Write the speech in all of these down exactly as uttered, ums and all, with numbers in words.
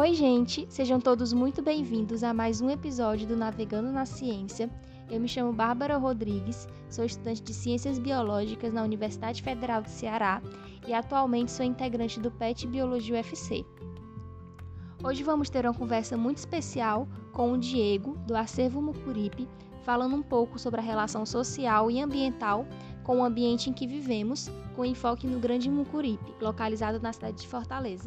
Oi, gente! Sejam todos muito bem-vindos a mais um episódio do Navegando na Ciência. Eu me chamo Bárbara Rodrigues, sou estudante de Ciências Biológicas na Universidade Federal do Ceará e atualmente sou integrante do P E T Biologia U F C. Hoje vamos ter uma conversa muito especial com o Diego, do Acervo Mucuripe, falando um pouco sobre a relação social e ambiental com o ambiente em que vivemos, com enfoque no Grande Mucuripe, localizado na cidade de Fortaleza.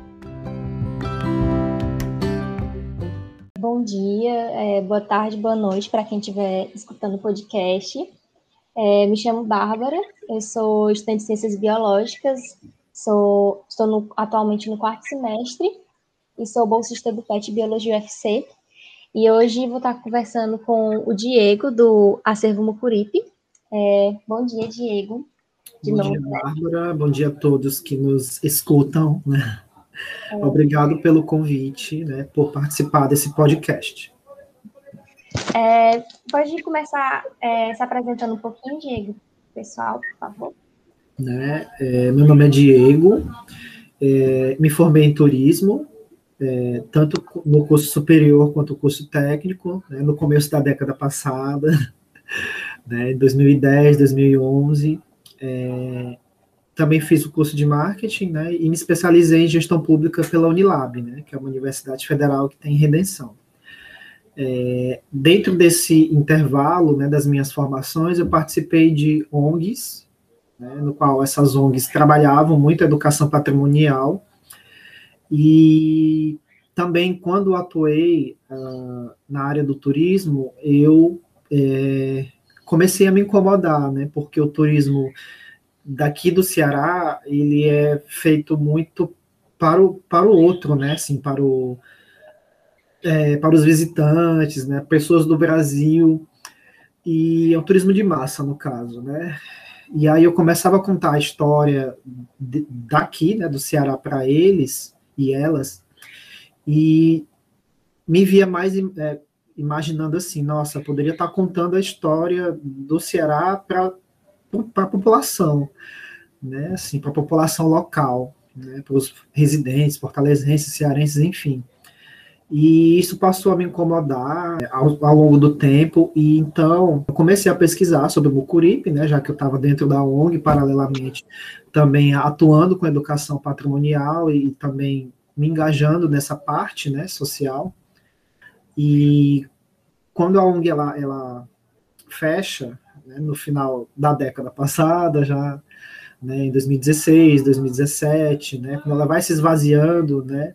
Bom dia, é, boa tarde, boa noite para quem estiver escutando o podcast. É, me chamo Bárbara, eu sou estudante de Ciências Biológicas, sou, estou no, atualmente no quarto semestre e sou bolsista do P E T Biologia U F C. E hoje vou estar conversando com o Diego, do Acervo Mucuripe. É, bom dia, Diego. De bom novo, dia, né? Bárbara. Bom dia a todos que nos escutam, né? É. Obrigado pelo convite, né, por participar desse podcast. É, pode começar é, se apresentando um pouquinho, Diego, pessoal, por favor. Né, é, meu nome é Diego, é, me formei em turismo, é, tanto no curso superior quanto no curso técnico, né, no começo da década passada, né, em dois mil e dez, dois mil e onze, é, também fiz o curso de marketing, né, e me especializei em gestão pública pela Unilab, né, que é uma universidade federal que tem em Redenção. É, dentro desse intervalo, né, das minhas formações, eu participei de O N Gs, né, no qual essas O N Gs trabalhavam muito a educação patrimonial, e também quando atuei uh, na área do turismo, eu é, comecei a me incomodar, né, porque o turismo daqui do Ceará, ele é feito muito para o, para o outro, né, assim, para, o, é, para os visitantes, né, pessoas do Brasil, e é um turismo de massa, no caso, né, e aí eu começava a contar a história de, daqui, né, do Ceará para eles e elas, e me via mais é, imaginando assim, nossa, poderia estar contando a história do Ceará para para a população, né, assim, para a população local, né, para os residentes, fortalezenses, cearenses, enfim. E isso passou a me incomodar ao, ao longo do tempo, e então eu comecei a pesquisar sobre o Mucuripe, né, já que eu estava dentro da O N G, paralelamente, também atuando com educação patrimonial e também me engajando nessa parte, né, social. E quando a O N G ela, ela fecha, né, no final da década passada, já né, em dois mil e dezesseis, dois mil e dezessete, né, quando ela vai se esvaziando, né,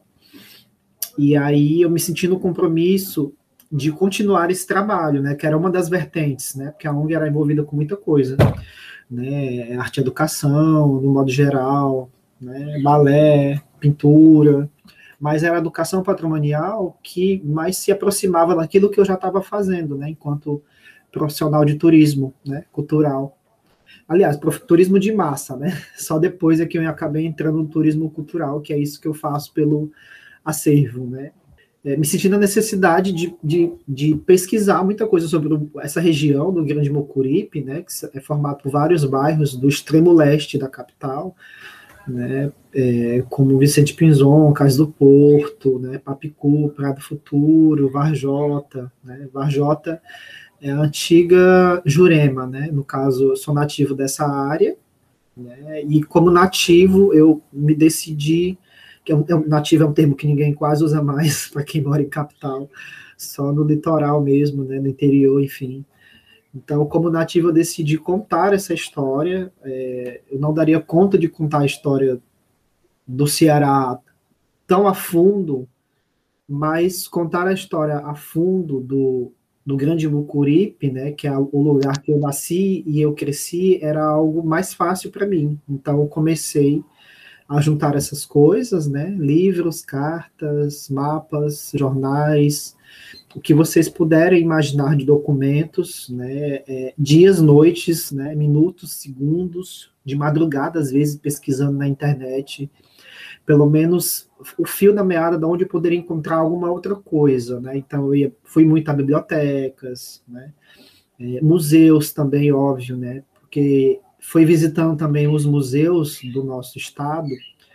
e aí eu me senti no compromisso de continuar esse trabalho, né, que era uma das vertentes, né, porque a O N G era envolvida com muita coisa, né, arte e educação, no modo geral, né, balé, pintura, mas era a educação patrimonial que mais se aproximava daquilo que eu já estava fazendo, né, enquanto profissional de turismo, né, cultural. Aliás, turismo de massa, né? Só depois é que eu acabei entrando no turismo cultural, que é isso que eu faço pelo acervo, né? É, me sentindo a necessidade de, de, de pesquisar muita coisa sobre essa região do Grande Mucuripe, né? Que é formado por vários bairros do extremo leste da capital, né? É, como Vicente Pinzon, Cais do Porto, né? Papicu, Prado Futuro, Varjota, né? Varjota é a antiga Jurema, né? No caso, eu sou nativo dessa área, né? E como nativo, eu me decidi, que é um, é um, nativo é um termo que ninguém quase usa mais para quem mora em capital, só no litoral mesmo, né? No interior, enfim. Então, como nativo, eu decidi contar essa história. É, eu não daria conta de contar a história do Ceará tão a fundo, mas contar a história a fundo do do Grande Mucuripe, né, que é o lugar que eu nasci e eu cresci, era algo mais fácil para mim. Então, eu comecei a juntar essas coisas, né, livros, cartas, mapas, jornais, o que vocês puderem imaginar de documentos, né, é, dias, noites, né, minutos, segundos, de madrugada, às vezes, pesquisando na internet, pelo menos o fio da meada de onde eu poderia encontrar alguma outra coisa, né? Então eu ia, fui muito a bibliotecas, né? É, museus também, óbvio, né? Porque fui visitando também os museus do nosso estado,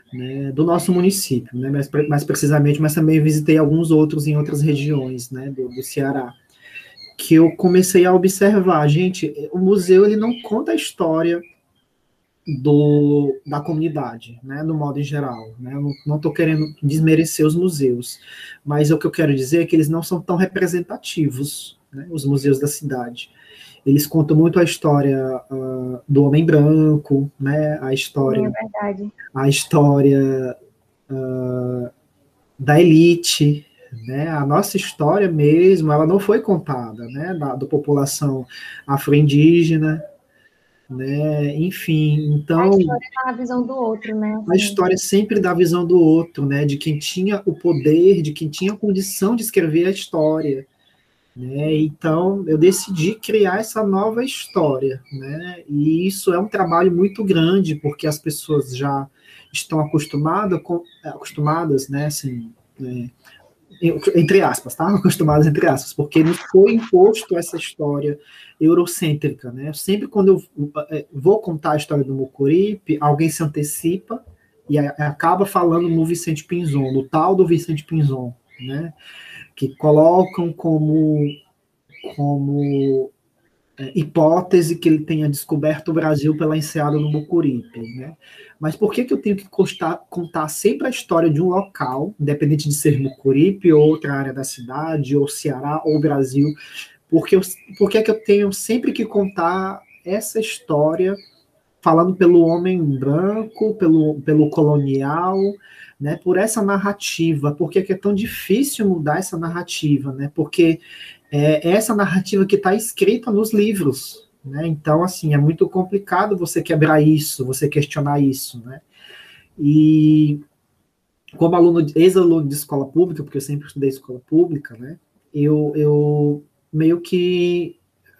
né, do nosso município, né, mais, mais precisamente, mas também visitei alguns outros em outras regiões, né, do, do Ceará, que eu comecei a observar, gente, o museu ele não conta a história do, da comunidade, né, no modo em geral, né, eu não estou querendo desmerecer os museus, mas o que eu quero dizer é que eles não são tão representativos, né, os museus da cidade. Eles contam muito a história uh, do homem branco, né, a história, é verdade. a história uh, da elite, né, a nossa história mesmo, ela não foi contada, né, da, da população afro-indígena, né, enfim, então... A história tá na visão do outro, né? Assim. A história sempre dá a visão do outro, né, de quem tinha o poder, de quem tinha a condição de escrever a história, né, então eu decidi criar essa nova história, né, e isso é um trabalho muito grande, porque as pessoas já estão acostumadas, com, acostumadas, né, assim, né, entre aspas, tá, acostumadas entre aspas, porque nos foi imposto essa história eurocêntrica, né, sempre quando eu vou contar a história do Mucuripe, alguém se antecipa e acaba falando no Vicente Pinzon, no tal do Vicente Pinzon, né, que colocam como, como é, hipótese que ele tenha descoberto o Brasil pela enseada do Mucuripe, né? Mas por que, que eu tenho que constar, contar sempre a história de um local, independente de ser Mucuripe ou outra área da cidade, ou Ceará, ou Brasil? Porque eu, por que, que eu tenho sempre que contar essa história falando pelo homem branco, pelo, pelo colonial, né, por essa narrativa, porque é tão difícil mudar essa narrativa, né, porque é essa narrativa que está escrita nos livros, né, então, assim, é muito complicado você quebrar isso, você questionar isso, né, e como aluno, ex-aluno de escola pública, porque eu sempre estudei escola pública, né, eu, eu meio que,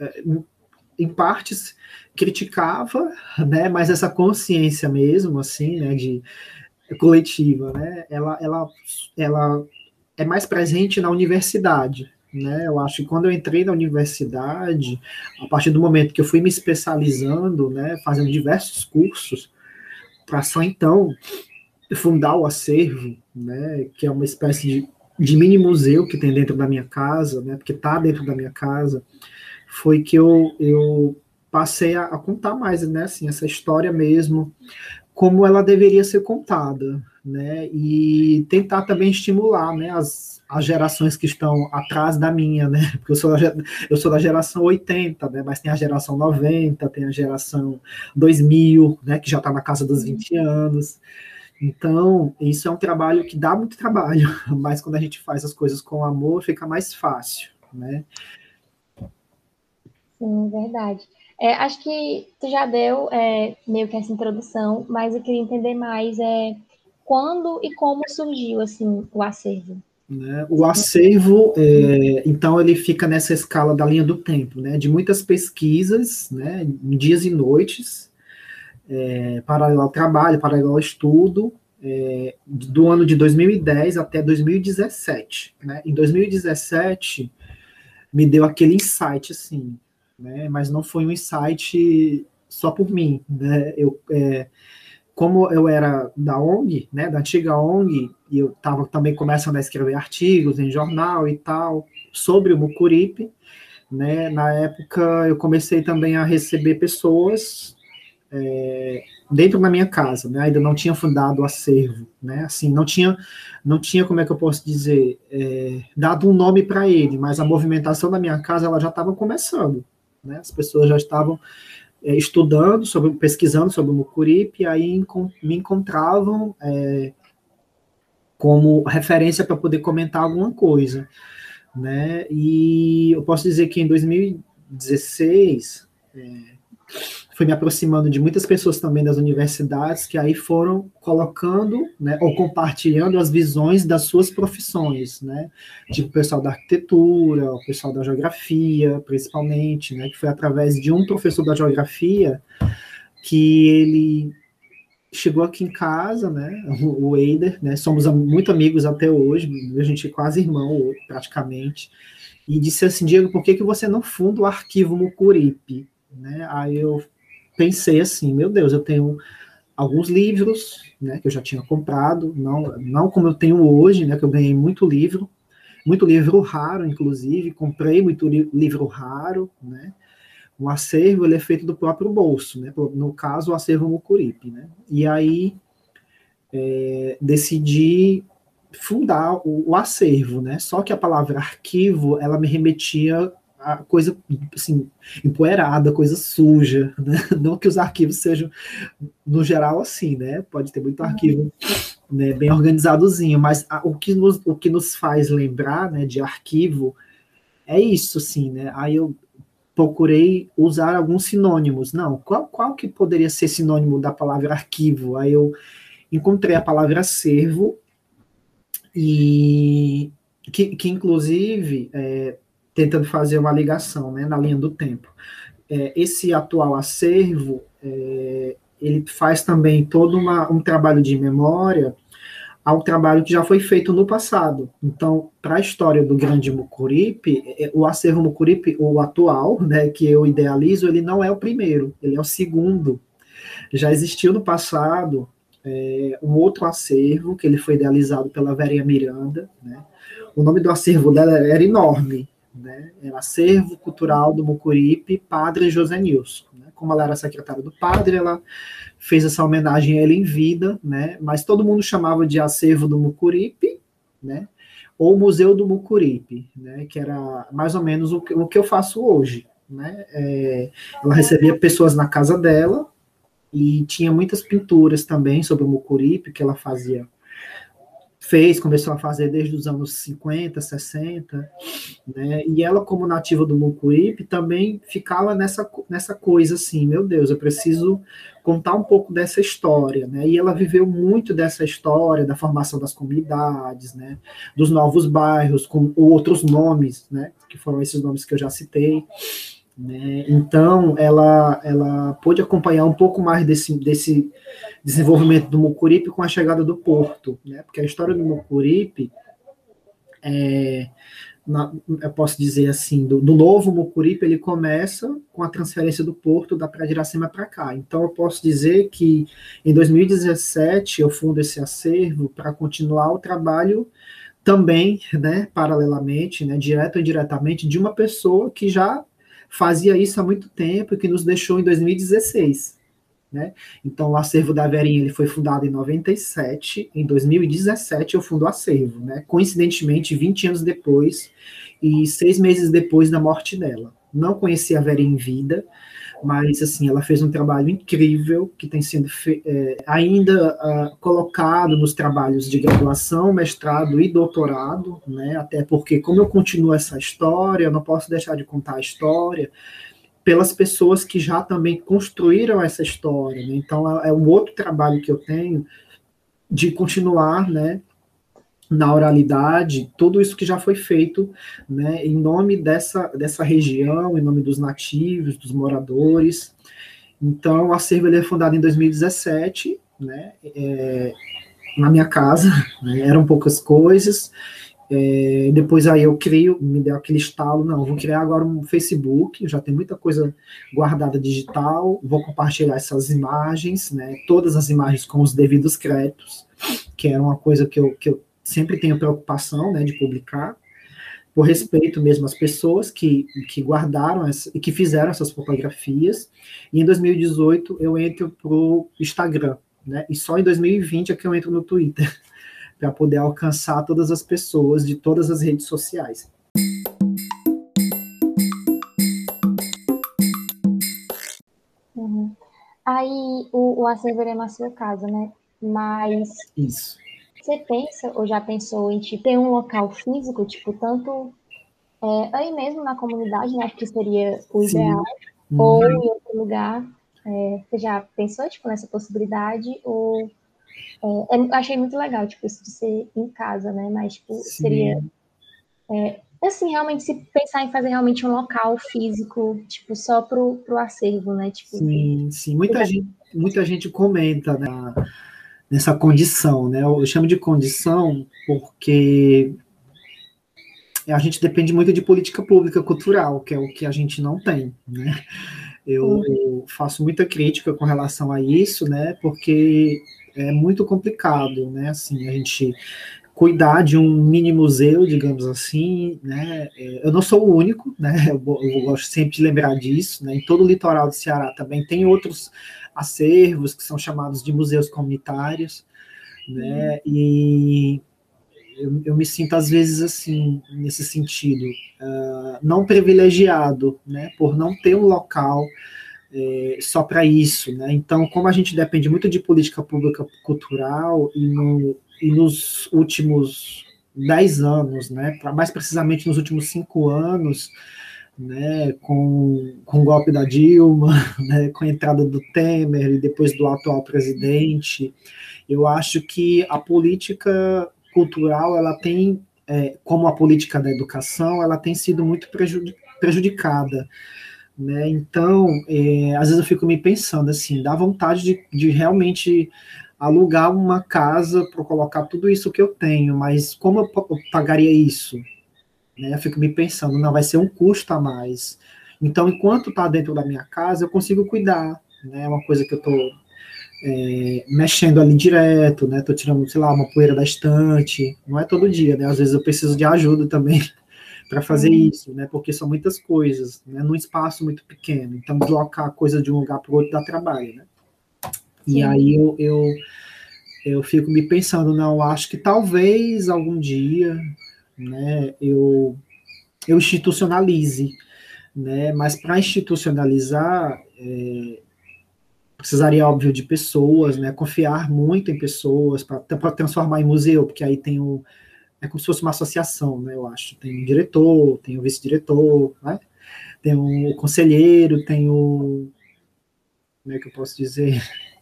em partes, criticava, né, mas essa consciência mesmo, assim, né, de coletiva, né, ela, ela, ela é mais presente na universidade, né, eu acho que quando eu entrei na universidade, a partir do momento que eu fui me especializando, né, fazendo diversos cursos, para só então fundar o acervo, né, que é uma espécie de, de mini museu que tem dentro da minha casa, né, porque está dentro da minha casa, foi que eu, eu passei a, a contar mais, né, assim, essa história mesmo, como ela deveria ser contada, né, e tentar também estimular, né, as, as gerações que estão atrás da minha, né, porque eu sou da, eu sou da geração oitenta, né, mas tem a geração noventa, tem a geração dois mil, né, que já está na casa dos vinte anos, então, isso é um trabalho que dá muito trabalho, mas quando a gente faz as coisas com amor, fica mais fácil, né. Sim, verdade. É, acho que tu já deu é, meio que essa introdução, mas eu queria entender mais é, quando e como surgiu assim, o acervo. Né? O acervo, é, então, ele fica nessa escala da linha do tempo, né? De muitas pesquisas, né? Em dias e noites, é, paralelo ao trabalho, paralelo ao estudo, é, do ano de dois mil e dez até dois mil e dezessete. Né? Em dois mil e dezessete, me deu aquele insight, assim, né? Mas não foi um insight só por mim, né? Eu, é, como eu era da O N G, né, da antiga O N G, e eu estava também começando a escrever artigos em jornal e tal, sobre o Mucuripe, né, na época eu comecei também a receber pessoas é, dentro da minha casa, né, ainda não tinha fundado o acervo, né, assim, não tinha, não tinha, como é que eu posso dizer, é, dado um nome para ele, mas a movimentação da minha casa, ela já estava começando, né, as pessoas já estavam é, estudando, sobre, pesquisando sobre o Mucuripe, e aí encont me encontravam é, como referência para poder comentar alguma coisa, né, e eu posso dizer que em dois mil e dezesseis, é, fui me aproximando de muitas pessoas também das universidades que aí foram colocando, né, ou compartilhando as visões das suas profissões, né, tipo o pessoal da arquitetura, o pessoal da geografia, principalmente, né, que foi através de um professor da geografia que ele chegou aqui em casa, né, o Eider, né, somos muito amigos até hoje, a gente é quase irmão praticamente, e disse assim, Diego, por que que você não funda o arquivo Mucuripe? Né, aí eu pensei assim, meu Deus, eu tenho alguns livros, né, que eu já tinha comprado, não, não como eu tenho hoje, né, que eu ganhei muito livro, muito livro raro, inclusive, comprei muito li livro raro, né, o acervo, ele é feito do próprio bolso, né, no caso, o acervo Mucuripe, né, e aí é, decidi fundar o, o acervo, né, só que a palavra arquivo, ela me remetia a coisa, assim, empoeirada, coisa suja, né? Não que os arquivos sejam, no geral, assim, né? Pode ter muito arquivo, né, bem organizadozinho, mas a, o, que nos, o que nos faz lembrar, né, de arquivo é isso, assim, né? Aí eu procurei usar alguns sinônimos. Não, qual, qual que poderia ser sinônimo da palavra arquivo? Aí eu encontrei a palavra acervo, e que, que inclusive, é, tentando fazer uma ligação, né, na linha do tempo. É, esse atual acervo, é, ele faz também todo uma, um trabalho de memória ao trabalho que já foi feito no passado. Então, para a história do Grande Mucuripe, o acervo Mucuripe, o atual, né, que eu idealizo, ele não é o primeiro, ele é o segundo. Já existiu no passado é, um outro acervo, que ele foi idealizado pela Verinha Miranda, né? O nome do acervo dela era enorme, né? Era Acervo Cultural do Mucuripe, Padre José Nilson. Né? Como ela era secretária do padre, ela fez essa homenagem a ele em vida, né? Mas todo mundo chamava de Acervo do Mucuripe, né? Ou Museu do Mucuripe, né? Que era mais ou menos o que, o que eu faço hoje. Né? É, ela recebia pessoas na casa dela, e tinha muitas pinturas também sobre o Mucuripe, que ela fazia, fez, começou a fazer desde os anos cinquenta, sessenta, né? E ela, como nativa do Mucuripe, também ficava nessa, nessa coisa assim, meu Deus, eu preciso contar um pouco dessa história, né? E ela viveu muito dessa história, da formação das comunidades, né? Dos novos bairros, com outros nomes, né? Que foram esses nomes que eu já citei. Né? Então, ela, ela pôde acompanhar um pouco mais desse, desse desenvolvimento do Mucuripe com a chegada do Porto, né? Porque a história do Mucuripe, é, na, eu posso dizer assim, do, do novo Mucuripe, ele começa com a transferência do Porto da Praia de Iracema para cá. Então, eu posso dizer que em dois mil e dezessete eu fundo esse acervo para continuar o trabalho também, né, paralelamente, né, direto ou indiretamente, de uma pessoa que já fazia isso há muito tempo e que nos deixou em dois mil e dezesseis. Né? Então, o acervo da Verinha ele foi fundado em noventa e sete, em dois mil e dezessete eu fundo o acervo, né? Coincidentemente, vinte anos depois e seis meses depois da morte dela. Não conheci a Verinha em vida, mas assim, ela fez um trabalho incrível que tem sido é, ainda uh, colocado nos trabalhos de graduação, mestrado e doutorado, né? Até porque, como eu continuo essa história, eu não posso deixar de contar a história pelas pessoas que já também construíram essa história, né? Então, é, é um outro trabalho que eu tenho de continuar, né, na oralidade, tudo isso que já foi feito, né, em nome dessa, dessa região, em nome dos nativos, dos moradores. Então, o acervo ele é fundado em dois mil e dezessete, né, é, na minha casa, né, eram poucas coisas, é, depois aí eu crio, me deu aquele estalo, não, vou criar agora um Facebook, já tem muita coisa guardada digital, vou compartilhar essas imagens, né, todas as imagens com os devidos créditos, que era uma coisa que eu, que eu sempre tenho preocupação, né, de publicar, por respeito mesmo às pessoas que, que guardaram e que fizeram essas fotografias. E em dois mil e dezoito eu entro para o Instagram, né, e só em dois mil e vinte é que eu entro no Twitter, para poder alcançar todas as pessoas de todas as redes sociais. Uhum. Aí o, o acervo é na sua casa, né? Mas isso. Você pensa ou já pensou em tipo, ter um local físico, tipo, tanto é, aí mesmo na comunidade, né? Que seria o Sim. ideal, Uhum. ou em outro lugar? É, você já pensou tipo, nessa possibilidade? Ou é, eu achei muito legal, tipo, isso de ser em casa, né? Mas tipo, seria é, assim, realmente se pensar em fazer realmente um local físico, tipo, só pro, pro acervo, né? Tipo, sim, sim. Muita, já... gente, muita gente comenta, né, nessa condição, né? Eu chamo de condição porque a gente depende muito de política pública cultural, que é o que a gente não tem, né? Eu, eu faço muita crítica com relação a isso, né? Porque é muito complicado, né? Assim, a gente cuidar de um mini museu, digamos assim, né? Eu não sou o único, né? Eu, eu gosto sempre de lembrar disso, né? Em todo o litoral do Ceará também tem outros acervos que são chamados de museus comunitários, né? E eu, eu me sinto às vezes assim nesse sentido, uh, não privilegiado, né? Por não ter um local é, só para isso, né? Então, como a gente depende muito de política pública cultural e, no, e nos últimos dez anos, né? Mais precisamente nos últimos cinco anos, né? Com, com o golpe da Dilma, né? Com a entrada do Temer e depois do atual presidente, eu acho que a política cultural, ela tem, é, como a política da educação, ela tem sido muito prejudicada. Né? Então, é, às vezes eu fico me pensando assim, dá vontade de, de realmente alugar uma casa para colocar tudo isso que eu tenho, mas como eu, eu pagaria isso? Né? Eu fico me pensando, não, vai ser um custo a mais. Então, enquanto está dentro da minha casa, eu consigo cuidar. Né? É uma coisa que eu estou é, mexendo ali direto, né? Estou tirando, sei lá, uma poeira da estante. Não é todo dia, né? Às vezes eu preciso de ajuda também para fazer uhum. isso, né? Porque são muitas coisas, né? Num espaço muito pequeno. Então, deslocar coisa de um lugar para o outro dá trabalho, né? Sim. E aí eu, eu, eu fico me pensando, não, acho que talvez algum dia, né, eu, eu institucionalize, né? Mas para institucionalizar, é, precisaria, óbvio, de pessoas, né? Confiar muito em pessoas para transformar em museu, porque aí tem o é como se fosse uma associação, né, eu acho. Tem um diretor, tem o vice-diretor, né? Tem o conselheiro, tem o... Como é que eu posso dizer?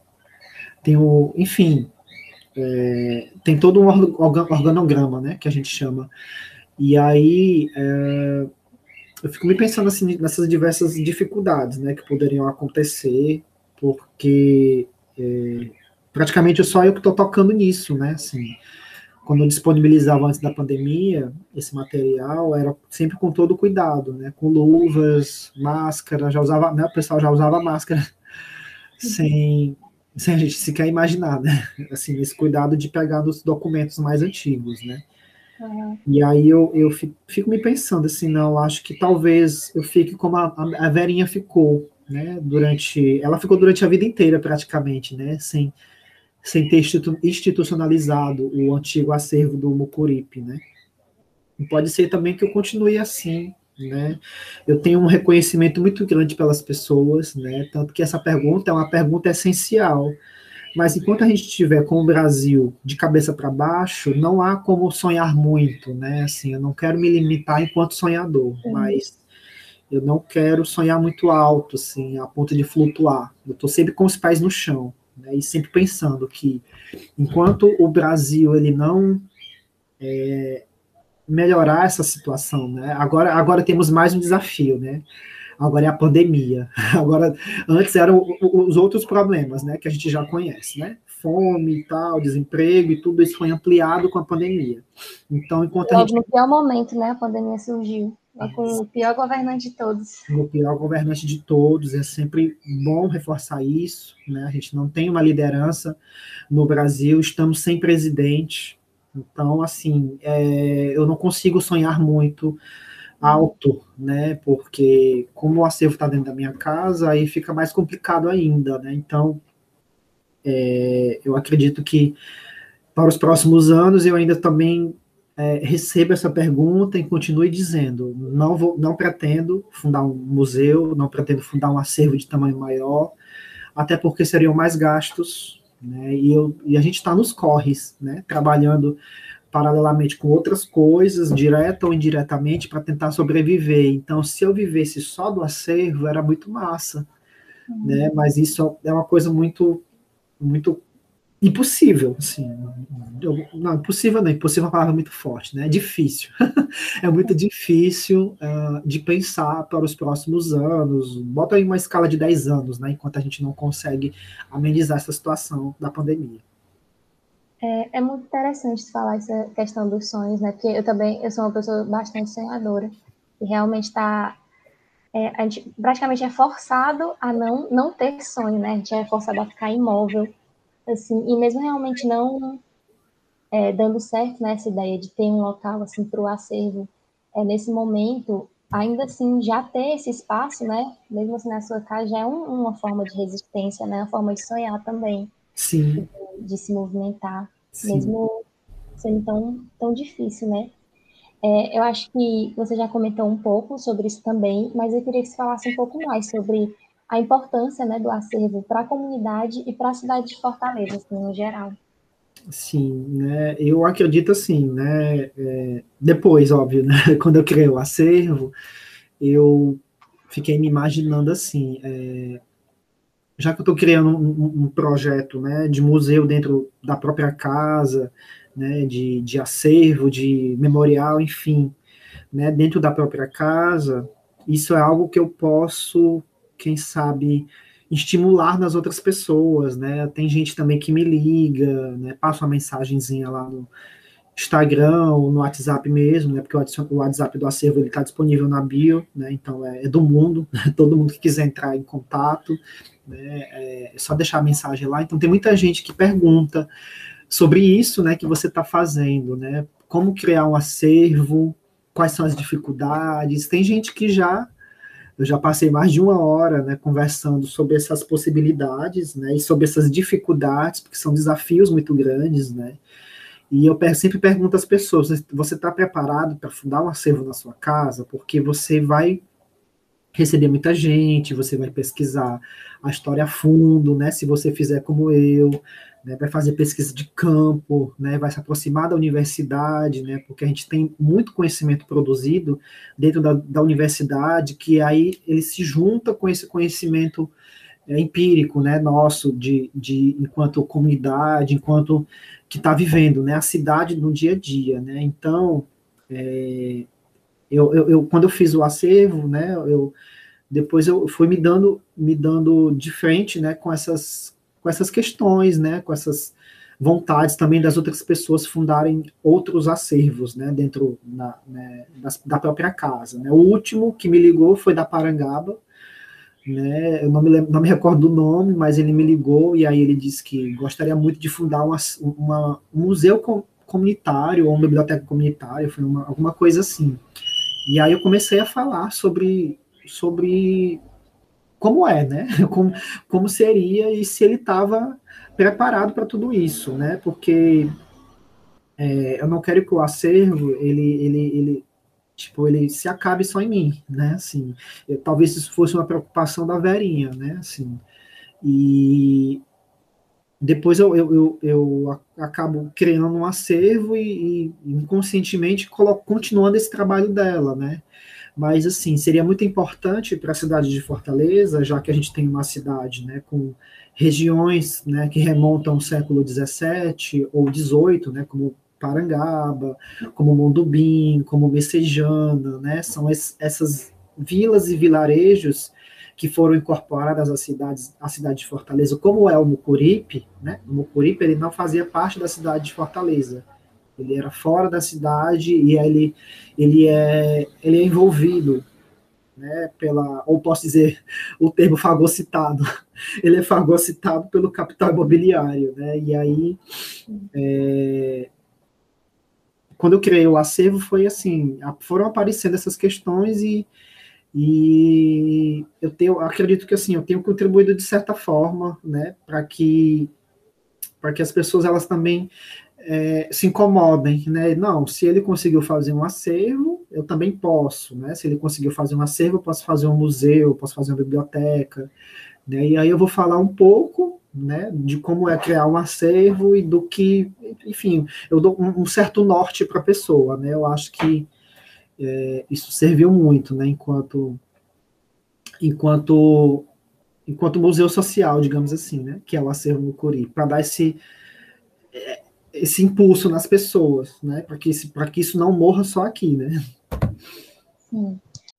Tem o... Enfim, é, tem todo um organograma, né, que a gente chama. E aí, é, eu fico me pensando assim, nessas diversas dificuldades, né, que poderiam acontecer, porque é, praticamente só eu que estou tocando nisso, né, assim... Quando eu disponibilizava antes da pandemia, esse material era sempre com todo cuidado, né? Com luvas, máscara, já usava, né? O pessoal já usava máscara sem, sem a gente sequer imaginar, né? Assim, esse cuidado de pegar dos documentos mais antigos, né? Uhum. E aí eu, eu fico, fico me pensando assim, não, acho que talvez eu fique como a, a Verinha ficou, né? Durante, ela ficou durante a vida inteira praticamente, né? Sem sem ter institucionalizado o antigo acervo do Mucuripe, né? E pode ser também que eu continue assim, né? Eu tenho um reconhecimento muito grande pelas pessoas, né? Tanto que essa pergunta é uma pergunta essencial. Mas enquanto a gente estiver com o Brasil de cabeça para baixo, não há como sonhar muito, né? Assim, eu não quero me limitar enquanto sonhador, Sim. mas eu não quero sonhar muito alto, assim, a ponto de flutuar. Eu estou sempre com os pés no chão. Né, e sempre pensando que enquanto o Brasil ele não é, melhorar essa situação, né, agora, agora temos mais um desafio, né, agora é a pandemia, agora antes eram os outros problemas, né, que a gente já conhece, né, fome e tal, desemprego e tudo isso foi ampliado com a pandemia. Então, enquanto Logo a gente... no pior momento, né, a pandemia surgiu. Com o pior governante de todos. O pior governante de todos, é sempre bom reforçar isso, né? A gente não tem uma liderança no Brasil, estamos sem presidente, então, assim, é, eu não consigo sonhar muito alto, né? Porque como o acervo está dentro da minha casa, aí fica mais complicado ainda, né? Então, é, eu acredito que para os próximos anos eu ainda também É, receba essa pergunta e continue dizendo, não, vou, não pretendo fundar um museu, não pretendo fundar um acervo de tamanho maior, até porque seriam mais gastos, né, e, eu, e a gente está nos corres, né, trabalhando paralelamente com outras coisas, direta ou indiretamente, para tentar sobreviver. Então, se eu vivesse só do acervo, era muito massa, uhum. né, mas isso é uma coisa muito, muito impossível, assim, não, impossível não, impossível é uma palavra muito forte, né, é difícil, é muito difícil uh, de pensar para os próximos anos, bota aí uma escala de dez anos, né, enquanto a gente não consegue amenizar essa situação da pandemia. É, é muito interessante falar essa questão dos sonhos, né, porque eu também, eu sou uma pessoa bastante sonhadora, e realmente está é, a gente praticamente é forçado a não, não ter sonho, né? A gente é forçado a ficar imóvel, assim, e mesmo realmente não é, dando certo nessa ideia de ter um local assim para o acervo, é, nesse momento, ainda assim, já ter esse espaço, né? Mesmo assim na sua casa, já é um, uma forma de resistência, né? Uma forma de sonhar também, Sim, de, de se movimentar, sim. mesmo sendo tão, tão difícil, né? É, eu acho que você já comentou um pouco sobre isso também, mas eu queria que você falasse um pouco mais sobre a importância, né, do acervo para a comunidade e para a cidade de Fortaleza, assim, no geral. Sim, né? Eu acredito assim, né? É, depois, óbvio, né? Quando eu criei o acervo, eu fiquei me imaginando assim, é, já que eu estou criando um, um, um projeto, né, de museu dentro da própria casa, né, de, de acervo, de memorial, enfim, né, dentro da própria casa, isso é algo que eu posso, quem sabe, estimular nas outras pessoas, né? Tem gente também que me liga, né? Passa uma mensagenzinha lá no Instagram ou no WhatsApp mesmo, né? Porque o WhatsApp do acervo ele está disponível na bio, né? Então é, é do mundo, né? Todo mundo que quiser entrar em contato, né? É só deixar a mensagem lá. Então tem muita gente que pergunta sobre isso, né? Que você está fazendo, né? Como criar um acervo? Quais são as dificuldades? Tem gente que já eu já passei mais de uma hora, né, conversando sobre essas possibilidades, né, e sobre essas dificuldades, porque são desafios muito grandes, né. E eu sempre pergunto às pessoas: você está preparado para fundar um acervo na sua casa? Porque você vai receber muita gente, você vai pesquisar a história a fundo, né? Se você fizer como eu, né, vai fazer pesquisa de campo, né? Vai se aproximar da universidade, né? Porque a gente tem muito conhecimento produzido dentro da, da universidade, que aí ele se junta com esse conhecimento é, empírico, né? Nosso de, de enquanto comunidade, enquanto que está vivendo, né? A cidade no dia a dia, né? Então é, eu, eu, eu, quando eu fiz o acervo, né, eu, depois eu fui me dando, me dando de frente, né, com essas, com essas questões, né, com essas vontades também das outras pessoas fundarem outros acervos, né, dentro na, né, das, da própria casa, né. O último que me ligou foi da Parangaba, né, eu não me, lembro, não me recordo do nome, mas ele me ligou e aí ele disse que gostaria muito de fundar uma, uma, um museu com, comunitário ou uma biblioteca comunitária, foi uma, alguma coisa assim. E aí eu comecei a falar sobre, sobre como é, né? Como, como seria e se ele estava preparado para tudo isso, né? Porque é, eu não quero que o acervo ele, ele, ele, tipo, ele se acabe só em mim, né? Assim, eu, talvez isso fosse uma preocupação da Verinha, né? Assim, e depois eu, eu, eu, eu acabo criando um acervo e, e inconscientemente coloco, continuando esse trabalho dela, né? Mas, assim, seria muito importante para a cidade de Fortaleza, já que a gente tem uma cidade, né, com regiões, né, que remontam ao século dezessete ou dezoito, né, como Parangaba, como Mondubim, como Messejana, né, são es, essas vilas e vilarejos que foram incorporadas às cidades, à cidade de Fortaleza, como é o Mucuripe, né, o Mucuripe ele não fazia parte da cidade de Fortaleza, ele era fora da cidade e ele, ele, é, ele é envolvido, né, pela, ou posso dizer o termo fagocitado, ele é fagocitado pelo capital imobiliário, né, e aí, é, quando eu criei o acervo, foi assim, foram aparecendo essas questões e, e eu tenho, acredito que assim, eu tenho contribuído de certa forma, né, para que, para que as pessoas, elas também é, se incomodem, né? Não, se ele conseguiu fazer um acervo, eu também posso, né? Se ele conseguiu fazer um acervo, eu posso fazer um museu, eu posso fazer uma biblioteca, né? E aí eu vou falar um pouco, né, de como é criar um acervo e do que, enfim, eu dou um, um certo norte para a pessoa, né? Eu acho que é, isso serviu muito, né? Enquanto, enquanto, enquanto museu social, digamos assim, né? Que é o acervo Mucuri, para dar esse esse impulso nas pessoas, né? Para que, para que isso não morra só aqui, né? Sim.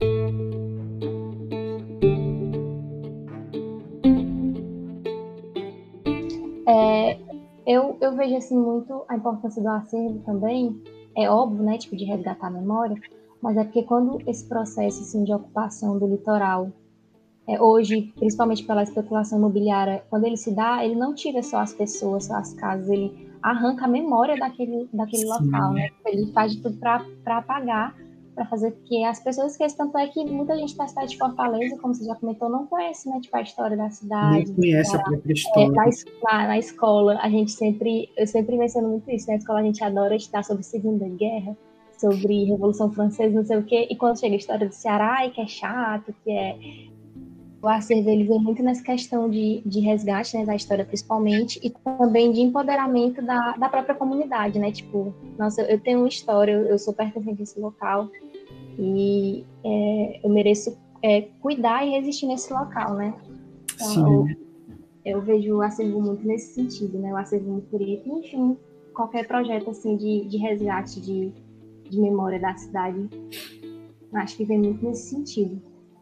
É, eu, eu vejo assim muito a importância do acervo também, é óbvio, né? Tipo, de resgatar a memória, mas é porque quando esse processo assim, de ocupação do litoral, é, hoje, principalmente pela especulação imobiliária, quando ele se dá, ele não tira só as pessoas, só as casas, ele arranca a memória daquele, daquele local, né? Ele faz de tudo para apagar, para fazer que as pessoas esqueçam. Tanto é que muita gente da cidade de Fortaleza, como você já comentou, não conhece, né, tipo, a história da cidade. Nem conhece a própria história. É, na, na escola, a gente sempre, eu sempre menciono muito isso, na escola a gente adora estudar sobre a Segunda Guerra, sobre Revolução Francesa, não sei o quê, e quando chega a história do Ceará, e que é chato, que é... O acervo, ele vem muito nessa questão de, de resgate, né, da história principalmente, e também de empoderamento da, da própria comunidade, né, tipo, nossa, eu tenho uma história, eu, eu sou pertencente a esse local, e é, eu mereço é, cuidar e resistir nesse local, né. Então, eu, eu vejo o acervo muito nesse sentido, né, o acervo Mucuripe, enfim, qualquer projeto, assim, de, de resgate de, de memória da cidade, acho que vem muito nesse sentido.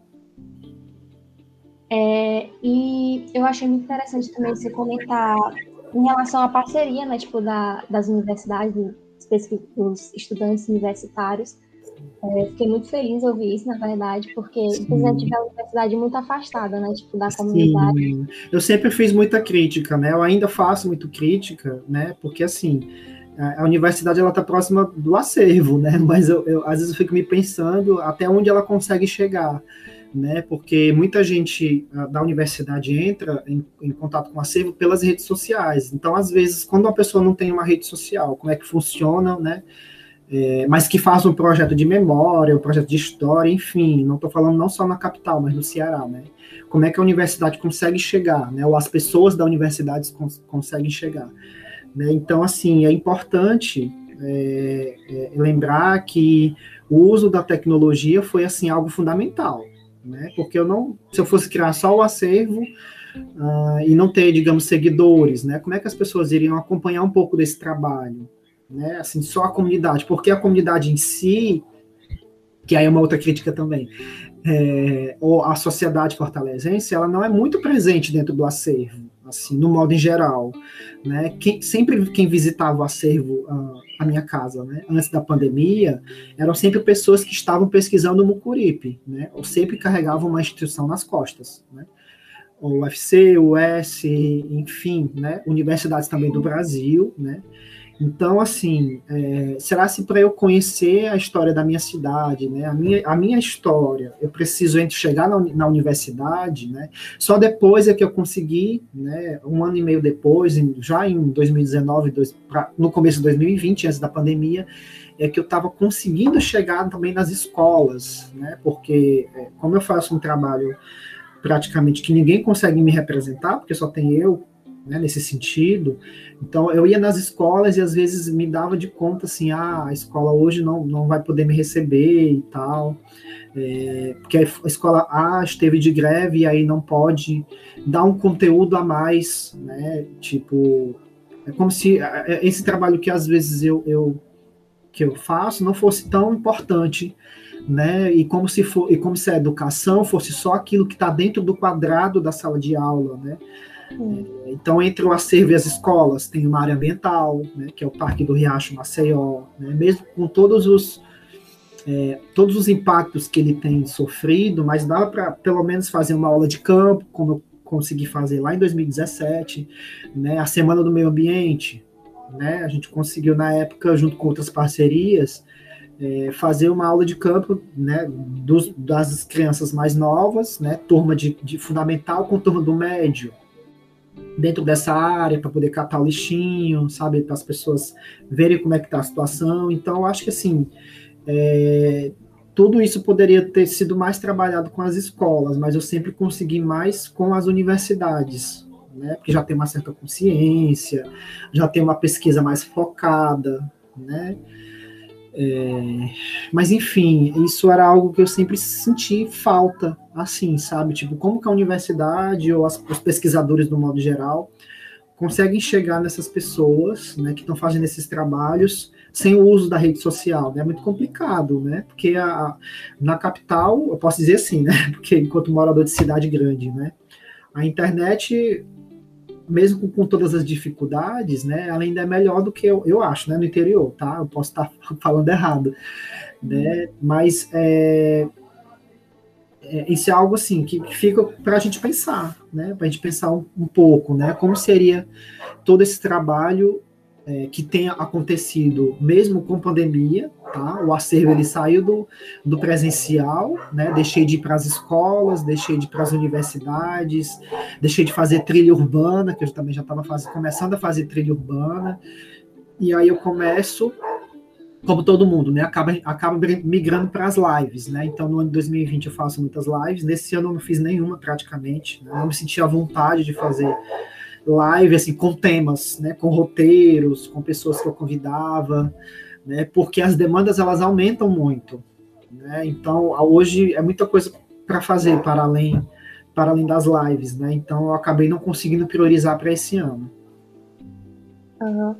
É, e eu achei muito interessante também você comentar em relação à parceria, né, tipo, da, das universidades, dos estudantes universitários. É, fiquei muito feliz ouvir isso, na verdade, porque a gente tiver a universidade muito afastada, né, tipo, da comunidade. Sim. Eu sempre fiz muita crítica, né, eu ainda faço muito crítica, né, porque, assim, a universidade, ela está próxima do acervo, né, mas eu, eu, às vezes eu fico me pensando até onde ela consegue chegar, né, porque muita gente da universidade entra em, em contato com o acervo pelas redes sociais. Então, às vezes, quando uma pessoa não tem uma rede social, como é que funciona, né, é, mas que faz um projeto de memória, um projeto de história, enfim, não estou falando não só na capital, mas no Ceará, né, como é que a universidade consegue chegar, né, ou as pessoas da universidade cons- conseguem chegar, né, então, assim, é importante é, é, lembrar que o uso da tecnologia foi, assim, algo fundamental, né? Porque eu não, se eu fosse criar só o acervo uh, e não ter, digamos, seguidores, né? Como é que as pessoas iriam acompanhar um pouco desse trabalho, né? Assim, só a comunidade, porque a comunidade em si, que aí é uma outra crítica também, é, ou a sociedade fortalezense, ela não é muito presente dentro do acervo, assim, no modo em geral, né? Quem, sempre quem visitava o acervo, uh, a minha casa, né, antes da pandemia, eram sempre pessoas que estavam pesquisando o Mucuripe, né? Ou sempre carregavam uma instituição nas costas, né? O U F C, o U S, enfim, né? Universidades também do Brasil, né? Então, assim, é, será se para eu conhecer a história da minha cidade, né, a minha, a minha história, eu preciso chegar na, na universidade, né, só depois é que eu consegui, né, um ano e meio depois, já em dois mil e dezenove, dois, pra, no começo de dois mil e vinte, antes da pandemia, é que eu estava conseguindo chegar também nas escolas, né, porque é, como eu faço um trabalho praticamente que ninguém consegue me representar, porque só tem eu, né, nesse sentido, então eu ia nas escolas e às vezes me dava de conta assim, ah, a escola hoje não, não vai poder me receber e tal, é, porque a escola A esteve de greve e aí não pode dar um conteúdo a mais, né, tipo, é como se esse trabalho que às vezes eu, eu, que eu faço não fosse tão importante, né, e como se for, e como se a educação fosse só aquilo que está dentro do quadrado da sala de aula, né. É, então, entre o acervo e as escolas, tem uma área ambiental, né, que é o Parque do Riacho Maceió, né, mesmo com todos os, é, todos os impactos que ele tem sofrido, mas dava para, pelo menos, fazer uma aula de campo, como eu consegui fazer lá em dois mil e dezessete, né, a Semana do Meio Ambiente, né, a gente conseguiu, na época, junto com outras parcerias, é, fazer uma aula de campo, né, dos, das crianças mais novas, né, turma de, de fundamental com turma do médio, dentro dessa área, para poder catar o lixinho, sabe, para as pessoas verem como é que está a situação. Então, eu acho que, assim, é, tudo isso poderia ter sido mais trabalhado com as escolas, mas eu sempre consegui mais com as universidades, né, porque já tem uma certa consciência, já tem uma pesquisa mais focada, né, é, mas enfim, isso era algo que eu sempre senti falta, assim, sabe, tipo, como que a universidade ou as, os pesquisadores do modo geral conseguem chegar nessas pessoas, né, que estão fazendo esses trabalhos sem o uso da rede social, né, é muito complicado, né, porque a, na capital, eu posso dizer assim, né, porque enquanto morador de cidade grande, né, a internet, mesmo com, com todas as dificuldades, né, ela ainda é melhor do que eu, eu acho, né, no interior, tá? Eu posso estar falando errado. né? Mas é, é, isso é algo assim que, que fica para a gente pensar, né? Para a gente pensar um, um pouco, né? Como seria todo esse trabalho é, que tem acontecido, mesmo com pandemia, tá? O acervo ele saiu do, do presencial, né? Deixei de ir para as escolas, deixei de ir para as universidades, deixei de fazer trilha urbana, que eu também já estava começando a fazer trilha urbana, e aí eu começo, como todo mundo, né? Acaba, acaba migrando para as lives, né? Então, no ano de dois mil e vinte eu faço muitas lives, nesse ano eu não fiz nenhuma praticamente, né? Eu não me senti à vontade de fazer live, assim, com temas, né, com roteiros, com pessoas que eu convidava, né, porque as demandas, elas aumentam muito, né, então, hoje é muita coisa para fazer, para além, para além das lives, né, então eu acabei não conseguindo priorizar para esse ano. Uhum.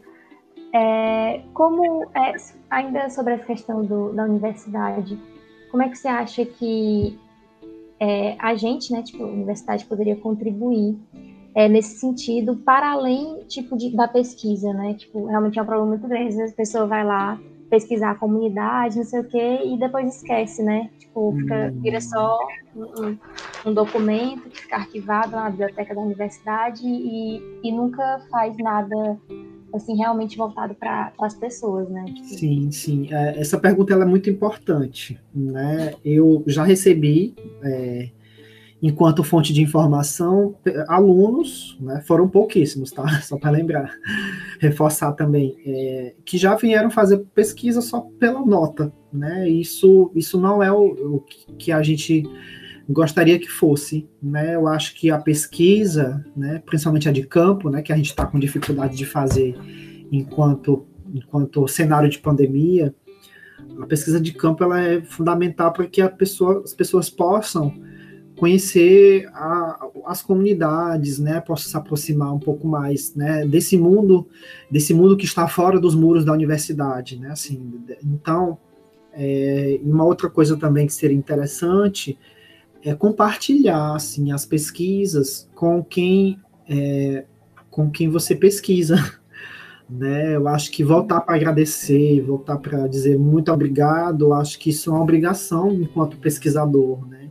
É, como, é, ainda sobre a questão do, da universidade, como é que você acha que é, a gente, né, tipo, a universidade poderia contribuir É, nesse sentido, para além, tipo, de, da pesquisa, né? Tipo, realmente é um problema muito grande. Às vezes a pessoa vai lá pesquisar a comunidade, não sei o quê, e depois esquece, né? Tipo, fica, vira só um, um documento que fica arquivado na biblioteca da universidade e, e nunca faz nada, assim, realmente voltado para as pessoas, né? Tipo... Sim, sim. É, essa pergunta ela é muito importante, né? Eu já recebi... É... enquanto fonte de informação, alunos, né, foram pouquíssimos, tá? Só para lembrar, reforçar também, é, que já vieram fazer pesquisa só pela nota, né? Isso, isso não é o, o que a gente gostaria que fosse, né? Eu acho que a pesquisa, né, principalmente a de campo, né, que a gente está com dificuldade de fazer enquanto, enquanto cenário de pandemia, a pesquisa de campo ela é fundamental para que a pessoa, as pessoas possam conhecer a, as comunidades, né, possa se aproximar um pouco mais, né, desse mundo, desse mundo que está fora dos muros da universidade, né, assim, então, é, uma outra coisa também que seria interessante é compartilhar, assim, as pesquisas com quem, é, com quem você pesquisa, né, eu acho que voltar para agradecer, voltar para dizer muito obrigado, eu acho que isso é uma obrigação enquanto pesquisador, né.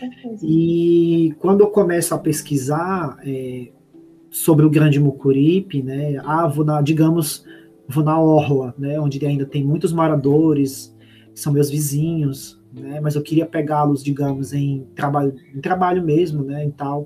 E quando eu começo a pesquisar é, sobre o Grande Mucuripe, né, ah, vou na, digamos, vou na orla, né, onde ainda tem muitos moradores, que são meus vizinhos, né, mas eu queria pegá-los, digamos, em trabalho, em trabalho mesmo, né, e tal.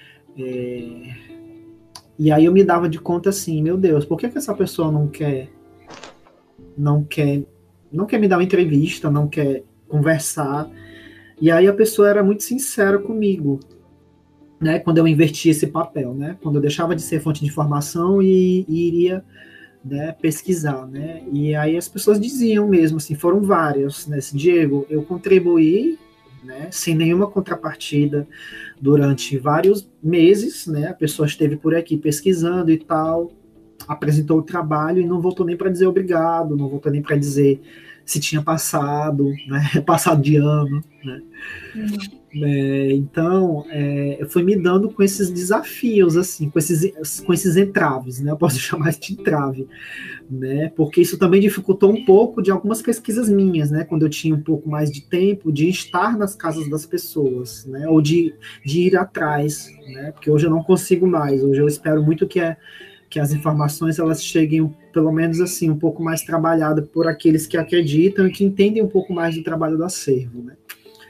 É, e aí eu me dava de conta assim, meu Deus, por que que essa pessoa não quer, não quer, não quer me dar uma entrevista, não quer conversar? E aí a pessoa era muito sincera comigo, né, quando eu invertia esse papel, né, quando eu deixava de ser fonte de informação e, e iria, né, pesquisar, né, e aí as pessoas diziam mesmo, assim, foram várias, né, Diego, eu contribuí, né, sem nenhuma contrapartida durante vários meses, né, a pessoa esteve por aqui pesquisando e tal, apresentou o trabalho e não voltou nem para dizer obrigado, não voltou nem para dizer se tinha passado, né, passado de ano, né. Uhum. É, então, é, eu fui me dando com esses desafios, assim, com esses, com esses entraves, né, eu posso chamar de entrave, né, porque isso também dificultou um pouco de algumas pesquisas minhas, né, quando eu tinha um pouco mais de tempo de estar nas casas das pessoas, né, ou de, de ir atrás, né, porque hoje eu não consigo mais, hoje eu espero muito que é que as informações elas cheguem, pelo menos assim, um pouco mais trabalhada por aqueles que acreditam e que entendem um pouco mais do trabalho do acervo, né?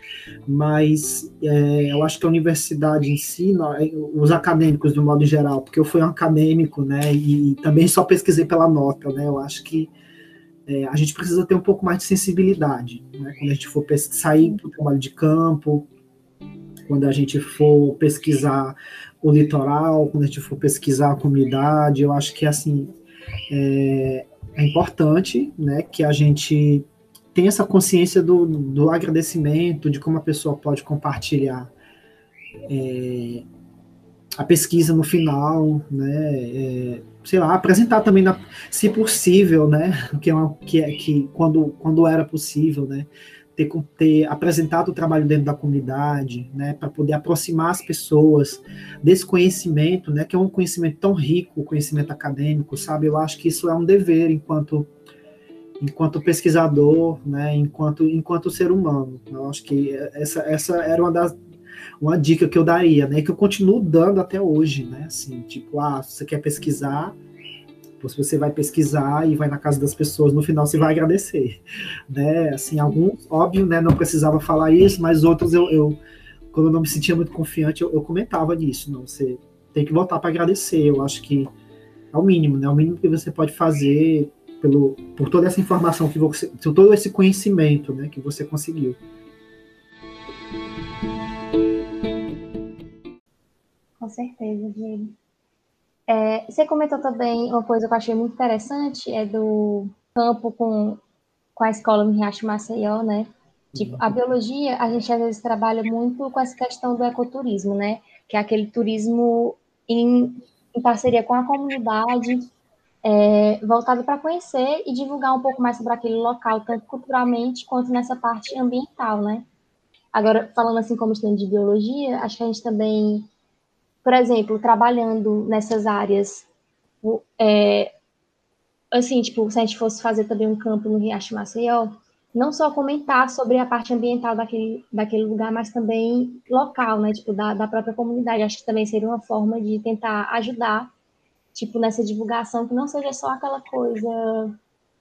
Mas é, eu acho que a universidade em si, os acadêmicos de um modo geral, porque eu fui um acadêmico, né, e também só pesquisei pela nota, né, eu acho que é, a gente precisa ter um pouco mais de sensibilidade, né, quando a gente for sair para o trabalho de campo, quando a gente for pesquisar o litoral, quando a gente for pesquisar a comunidade, eu acho que, assim, é, é importante, né, que a gente tenha essa consciência do, do agradecimento, de como a pessoa pode compartilhar é, a pesquisa no final, né, é, sei lá, apresentar também, na, se possível, né, que, é uma, que, é, que quando, quando era possível, né, Ter, ter apresentado o trabalho dentro da comunidade, né, para poder aproximar as pessoas desse conhecimento, né, que é um conhecimento tão rico, o conhecimento acadêmico, sabe? Eu acho que isso é um dever enquanto enquanto pesquisador, né, enquanto, enquanto ser humano. Eu acho que essa, essa era uma das uma dica que eu daria, né, que eu continuo dando até hoje, né, assim, tipo, ah, se você quer pesquisar, se você vai pesquisar e vai na casa das pessoas, no final você vai agradecer, né, assim, alguns, óbvio, né, não precisava falar isso, mas outros eu, eu quando eu não me sentia muito confiante, eu, eu comentava nisso, não, você tem que voltar para agradecer, eu acho que é o mínimo, né, é o mínimo que você pode fazer pelo, por toda essa informação que você, por todo esse conhecimento, né, que você conseguiu. Com certeza, Diego. É, você comentou também uma coisa que eu achei muito interessante, é do campo com, com a escola no Riacho Maceió, né? Tipo, a biologia, a gente às vezes trabalha muito com essa questão do ecoturismo, né? Que é aquele turismo em, em parceria com a comunidade, é, voltado para conhecer e divulgar um pouco mais sobre aquele local, tanto culturalmente quanto nessa parte ambiental, né? Agora, falando assim como estudante de biologia, acho que a gente também, por exemplo, trabalhando nessas áreas, é, assim, tipo, se a gente fosse fazer também um campo no Riacho Maceió, não só comentar sobre a parte ambiental daquele, daquele lugar, mas também local, né, tipo, da, da própria comunidade. Acho que também seria uma forma de tentar ajudar, tipo, nessa divulgação, que não seja só aquela coisa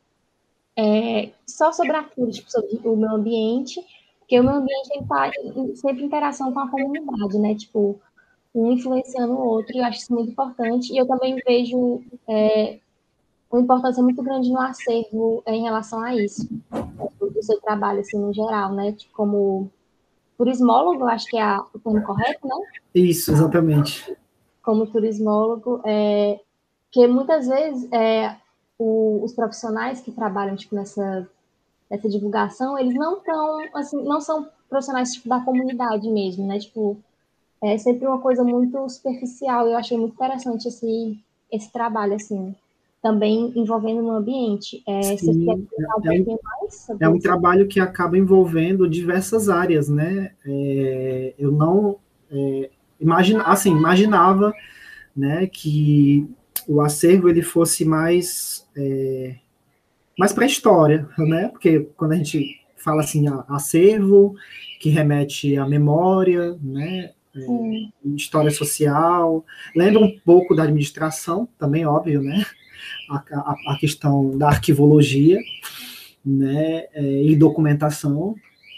é, só sobre aquilo, tipo, sobre o meio ambiente, porque o meio ambiente ele está sempre em interação com a comunidade, né, tipo, um influenciando o outro, e eu acho isso muito importante. E eu também vejo é, uma importância muito grande no acervo em relação a isso, do seu trabalho, assim, no geral, né? Tipo, como turismólogo, acho que é a, o termo correto, né? Isso, exatamente. Como turismólogo, é, que muitas vezes é, o, os profissionais que trabalham, tipo, nessa, nessa divulgação, eles não estão, assim, não são profissionais, tipo, da comunidade mesmo, né? Tipo, é sempre uma coisa muito superficial, e eu achei muito interessante esse, esse trabalho, assim, também envolvendo o ambiente. É, se você quiser Sim, explicar um é, pouquinho mais é sobre um isso. trabalho que acaba envolvendo diversas áreas, né? É, eu não é, imagina, assim, imaginava, né, que o acervo ele fosse mais é, mais para a história, né? Porque quando a gente fala assim, acervo, que remete à memória, né? Sim, É, história social, lembra um pouco da administração, também óbvio, né? A, a, a questão da arquivologia, né? É, e documentação,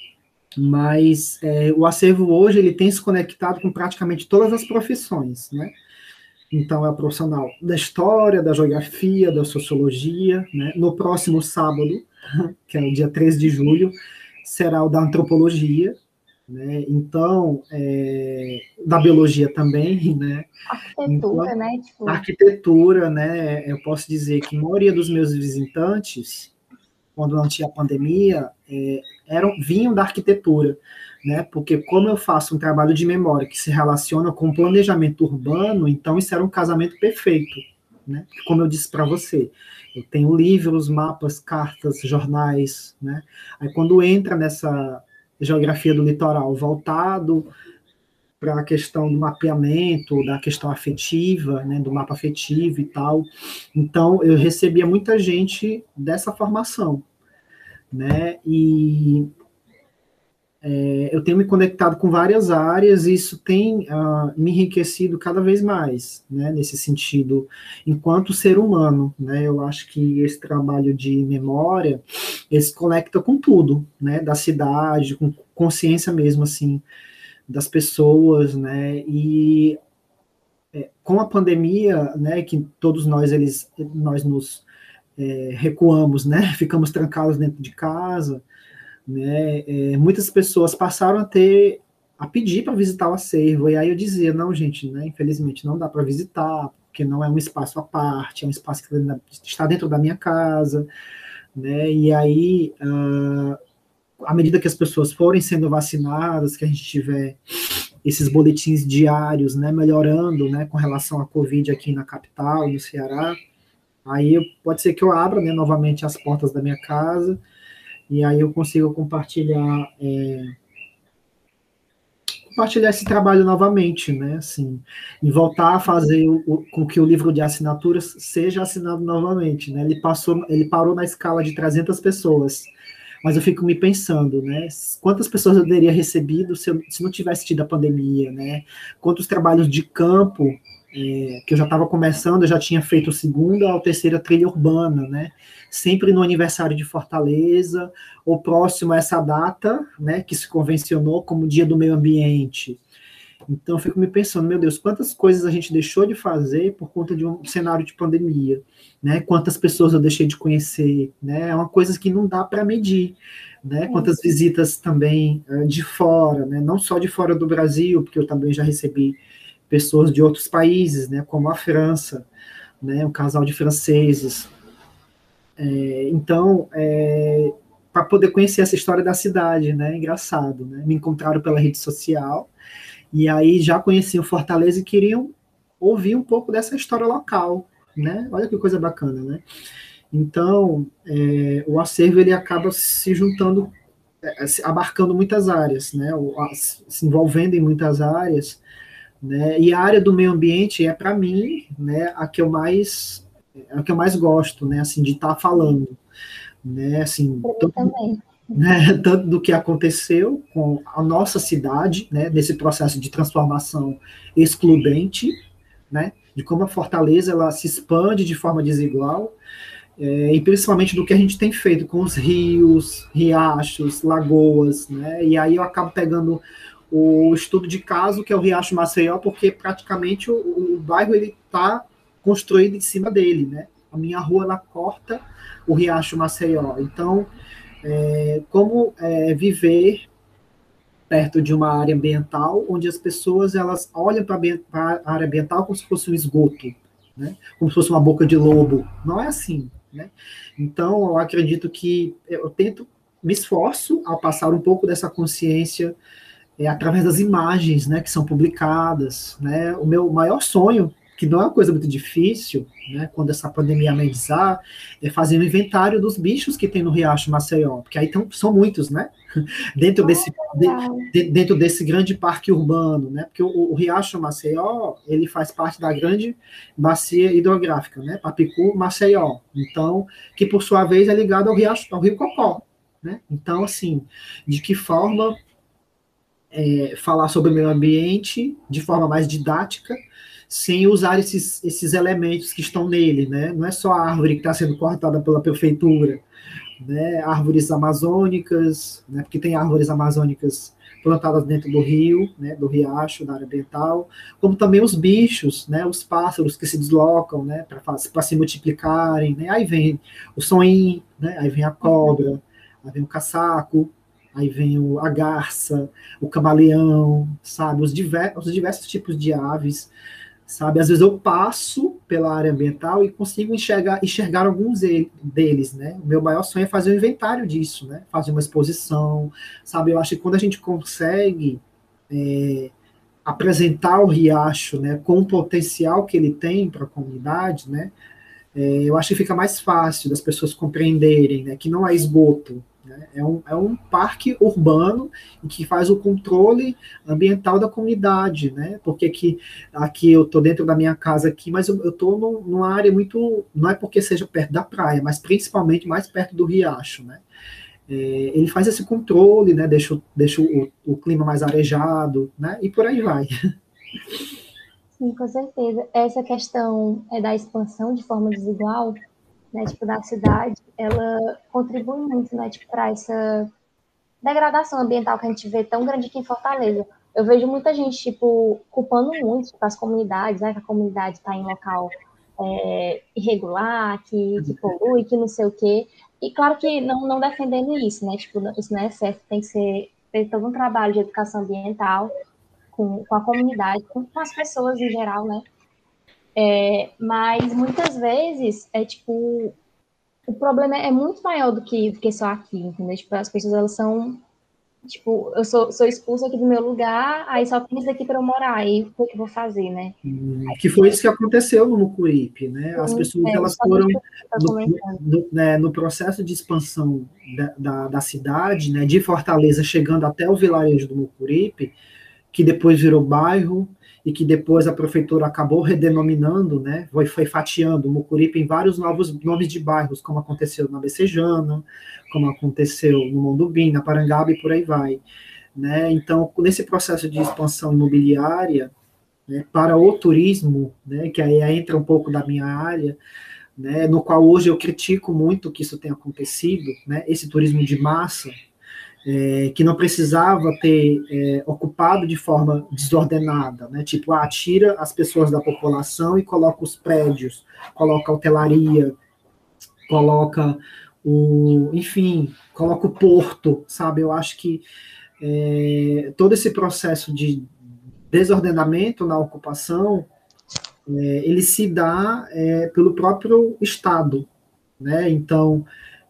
mas é, o acervo hoje ele tem se conectado com praticamente todas as profissões, né? Então, é o profissional da história, da geografia, da sociologia, né? No próximo sábado, que é o dia treze de julho, será o da antropologia, né? Então, é, da biologia também, né? arquitetura, Então, né? a Tipo, arquitetura, né? Eu posso dizer que a maioria dos meus visitantes, quando não tinha pandemia, é, eram, vinham da arquitetura, né? Porque como eu faço um trabalho de memória que se relaciona com planejamento urbano, então isso era um casamento perfeito, né? Como eu disse para você, eu tenho livros, mapas, cartas, jornais, né? Aí quando entra nessa geografia do litoral voltado para a questão do mapeamento, da questão afetiva, né, do mapa afetivo e tal, então eu recebia muita gente dessa formação, né? E é, eu tenho me conectado com várias áreas e isso tem uh, me enriquecido cada vez mais, né? Nesse sentido, enquanto ser humano, né? Eu acho que esse trabalho de memória ele se conecta com tudo, né? Da cidade, com consciência mesmo, assim, das pessoas, né? E é, com a pandemia, né? Que todos nós eles nós nos é, recuamos, né? Ficamos trancados dentro de casa, né? É, muitas pessoas passaram a ter a pedir para visitar o acervo, e aí eu dizia, não, gente, né, infelizmente não dá para visitar, porque não é um espaço à parte, é um espaço que está dentro da minha casa, né, e aí, uh, à medida que as pessoas forem sendo vacinadas, que a gente tiver esses boletins diários, né, melhorando, né, com relação à Covid aqui na capital, no Ceará, aí pode ser que eu abra, né, novamente as portas da minha casa, e aí eu consigo compartilhar é, compartilhar esse trabalho novamente, né, assim, e voltar a fazer o, o, com que o livro de assinaturas seja assinado novamente, né, ele passou, ele parou na escala de trezentas pessoas, mas eu fico me pensando, né, quantas pessoas eu teria recebido se, eu, se não tivesse tido a pandemia, né, quantos trabalhos de campo, é, que eu já estava começando, eu já tinha feito a segunda ou terceira trilha urbana, né, sempre no aniversário de Fortaleza, ou próximo a essa data, né, que se convencionou como Dia do Meio Ambiente. Então, eu fico me pensando, meu Deus, quantas coisas a gente deixou de fazer por conta de um cenário de pandemia, né? Quantas pessoas eu deixei de conhecer, né? É uma coisa que não dá para medir, né? Quantas visitas também uh, de fora, né? Não só de fora do Brasil, porque eu também já recebi pessoas de outros países, né? Como a França, né? Um casal de franceses. É, então, é, para poder conhecer essa história da cidade, né? Engraçado, né? Me encontraram pela rede social. E aí já conheciam Fortaleza e queriam ouvir um pouco dessa história local, né? Olha que coisa bacana, né? Então, é, o acervo ele acaba se juntando, é, se abarcando muitas áreas, né? O, a, se envolvendo em muitas áreas, né? E a área do meio ambiente é para mim, né? A que eu mais, a que eu mais gosto, né? Assim, de estar tá falando, né? Assim, Eu também. Né, tanto do que aconteceu com a nossa cidade, né, nesse processo de transformação excludente, né, de como a Fortaleza ela se expande de forma desigual, é, e principalmente do que a gente tem feito com os rios, riachos, lagoas, né, e aí eu acabo pegando o estudo de caso, que é o Riacho Maceió, porque praticamente o, o bairro ele está construído em cima dele, né, a minha rua ela corta o Riacho Maceió, então É, como é, viver perto de uma área ambiental onde as pessoas elas olham para a área ambiental como se fosse um esgoto, né? Como se fosse uma boca de lobo. Não é assim, né? Então, eu acredito que eu tento, me esforço ao passar um pouco dessa consciência é, através das imagens, né, que são publicadas, né? O meu maior sonho, que não é uma coisa muito difícil, né, quando essa pandemia amenizar, é fazer um inventário dos bichos que tem no Riacho Maceió, porque aí tão, são muitos, né, dentro desse, de, de, dentro desse grande parque urbano, né, porque o, o Riacho Maceió, ele faz parte da grande bacia hidrográfica, né, Papicu Maceió, então, que por sua vez é ligado ao, Riacho, ao Rio Cocó, né, então, assim, de que forma é, falar sobre o meio ambiente de forma mais didática, sem usar esses, esses elementos que estão nele, né? Não é só a árvore que está sendo cortada pela prefeitura, né? Árvores amazônicas, né? Porque tem árvores amazônicas plantadas dentro do rio, né? Do riacho, da área ambiental, como também os bichos, né? Os pássaros que se deslocam, né? Para se multiplicarem, né? Aí vem o sonim, né? Aí vem a cobra, aí vem o caçaco, aí vem o, a garça, o camaleão, sabe? Os, diver, os diversos tipos de aves, sabe? Às vezes eu passo pela área ambiental e consigo enxergar, enxergar alguns deles, né? O meu maior sonho é fazer um inventário disso, né? Fazer uma exposição, sabe? Eu acho que quando a gente consegue é, apresentar o riacho, né, com o potencial que ele tem para a comunidade, né? É, eu acho que fica mais fácil das pessoas compreenderem, né, que não é esgoto, né, é, um, é um parque urbano que faz o controle ambiental da comunidade, né, porque aqui, aqui eu estou dentro da minha casa aqui, mas eu estou numa área muito, não é porque seja perto da praia, mas principalmente mais perto do riacho, né, é, ele faz esse controle, né, deixa, deixa o, o clima mais arejado, né, e por aí vai. Sim, com certeza. Essa questão é da expansão de forma desigual, né, tipo, da cidade, ela contribui muito, né, tipo, para essa degradação ambiental que a gente vê tão grande aqui em Fortaleza. Eu vejo muita gente, tipo, culpando muito tipo, as comunidades, né, que a comunidade está em local é, irregular, que, que polui, que não sei o quê. E claro que não, não defendendo isso, né, tipo, isso não é certo, tem que ser feito todo um trabalho de educação ambiental com, com a comunidade, com, com as pessoas em geral, né, é, mas muitas vezes é tipo o problema é muito maior do que, do que só aqui, entendeu? Tipo, as pessoas elas são tipo, eu sou, sou expulsa aqui do meu lugar, aí só tem isso aqui para eu morar, aí o que eu vou fazer, né? Que foi isso que aconteceu no Mucuripe, né? As pessoas é, elas foram no, no, né, no processo de expansão da, da, da cidade, né, de Fortaleza, chegando até o vilarejo do Mucuripe, que depois virou bairro, e que depois a prefeitura acabou redenominando, né, foi, foi fatiando Mucuripe em vários novos nomes de bairros, como aconteceu na Becejana, como aconteceu no Mondubim, na Parangaba e por aí vai. Né? Então, nesse processo de expansão imobiliária, né, para o turismo, né, que aí entra um pouco da minha área, né, no qual hoje eu critico muito que isso tenha acontecido, né, esse turismo de massa, é, que não precisava ter é, ocupado de forma desordenada, né? Tipo, ah, tira as pessoas da população e coloca os prédios, coloca a hotelaria, coloca o, enfim, coloca o porto, sabe? Eu acho que é, todo esse processo de desordenamento na ocupação, é, ele se dá é, pelo próprio Estado, né? Então,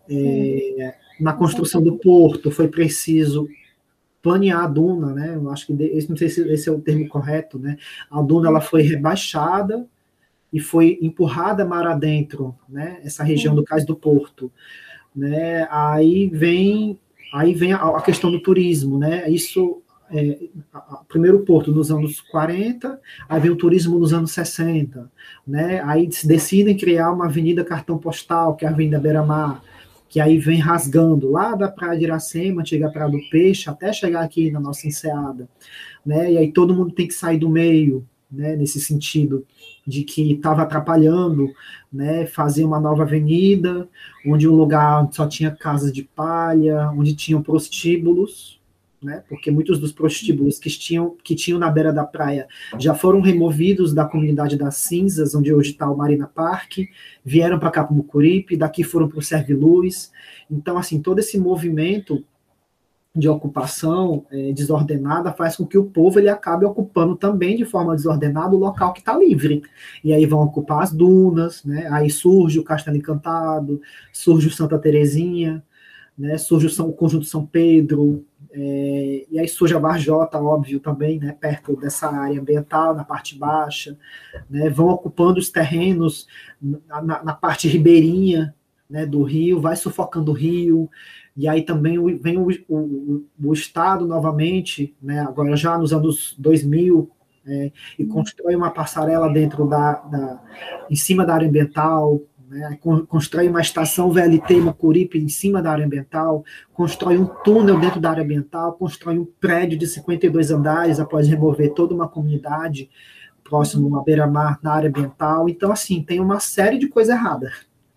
é, na construção do porto, foi preciso planear a duna, né? Eu acho que esse, não sei se esse é o termo correto, né? A duna ela foi rebaixada e foi empurrada mar adentro, né? Essa região do Cais do Porto, né? Aí vem, aí vem a, a questão do turismo, né? Isso é, a, a, primeiro o porto nos anos quarenta, aí vem o turismo nos anos sessenta, né? Aí se decidem criar uma avenida cartão postal, que é a Avenida Beira-Mar, que aí vem rasgando lá da Praia de Iracema, chega à Praia do Peixe, até chegar aqui na nossa enseada, né? E aí todo mundo tem que sair do meio, né? Nesse sentido de que estava atrapalhando, né? Fazer uma nova avenida, onde um lugar só tinha casas de palha, onde tinham prostíbulos, né? Porque muitos dos prostíbulos que tinham, que tinham na beira da praia já foram removidos da comunidade das Cinzas, onde hoje está o Marina Park, vieram para cá para o Mucuripe, daqui foram para o Serviluz. Então, assim, todo esse movimento de ocupação é, desordenada faz com que o povo ele acabe ocupando também de forma desordenada o local que está livre. E aí vão ocupar as dunas, né? Aí surge o Castelo Encantado, surge o Santa Terezinha, né? Surge o, São, o Conjunto São Pedro, é, e aí surge a Varjota, óbvio, também, né, perto dessa área ambiental, na parte baixa, né, vão ocupando os terrenos na, na, na parte ribeirinha, né, do rio, vai sufocando o rio, e aí também vem o, o, o Estado novamente, né, agora já nos anos dois mil, é, e constrói uma passarela dentro da, da, em cima da área ambiental, né, constrói uma estação V L T em Mucuripe em cima da área ambiental, constrói um túnel dentro da área ambiental, constrói um prédio de cinquenta e dois andares após remover toda uma comunidade próximo à beira-mar na área ambiental. Então, assim, tem uma série de coisa errada,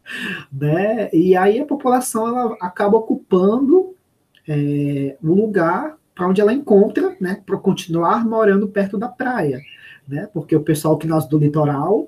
né? E aí a população ela acaba ocupando é, um lugar para onde ela encontra, né, para continuar morando perto da praia, né? Porque o pessoal que nasce do litoral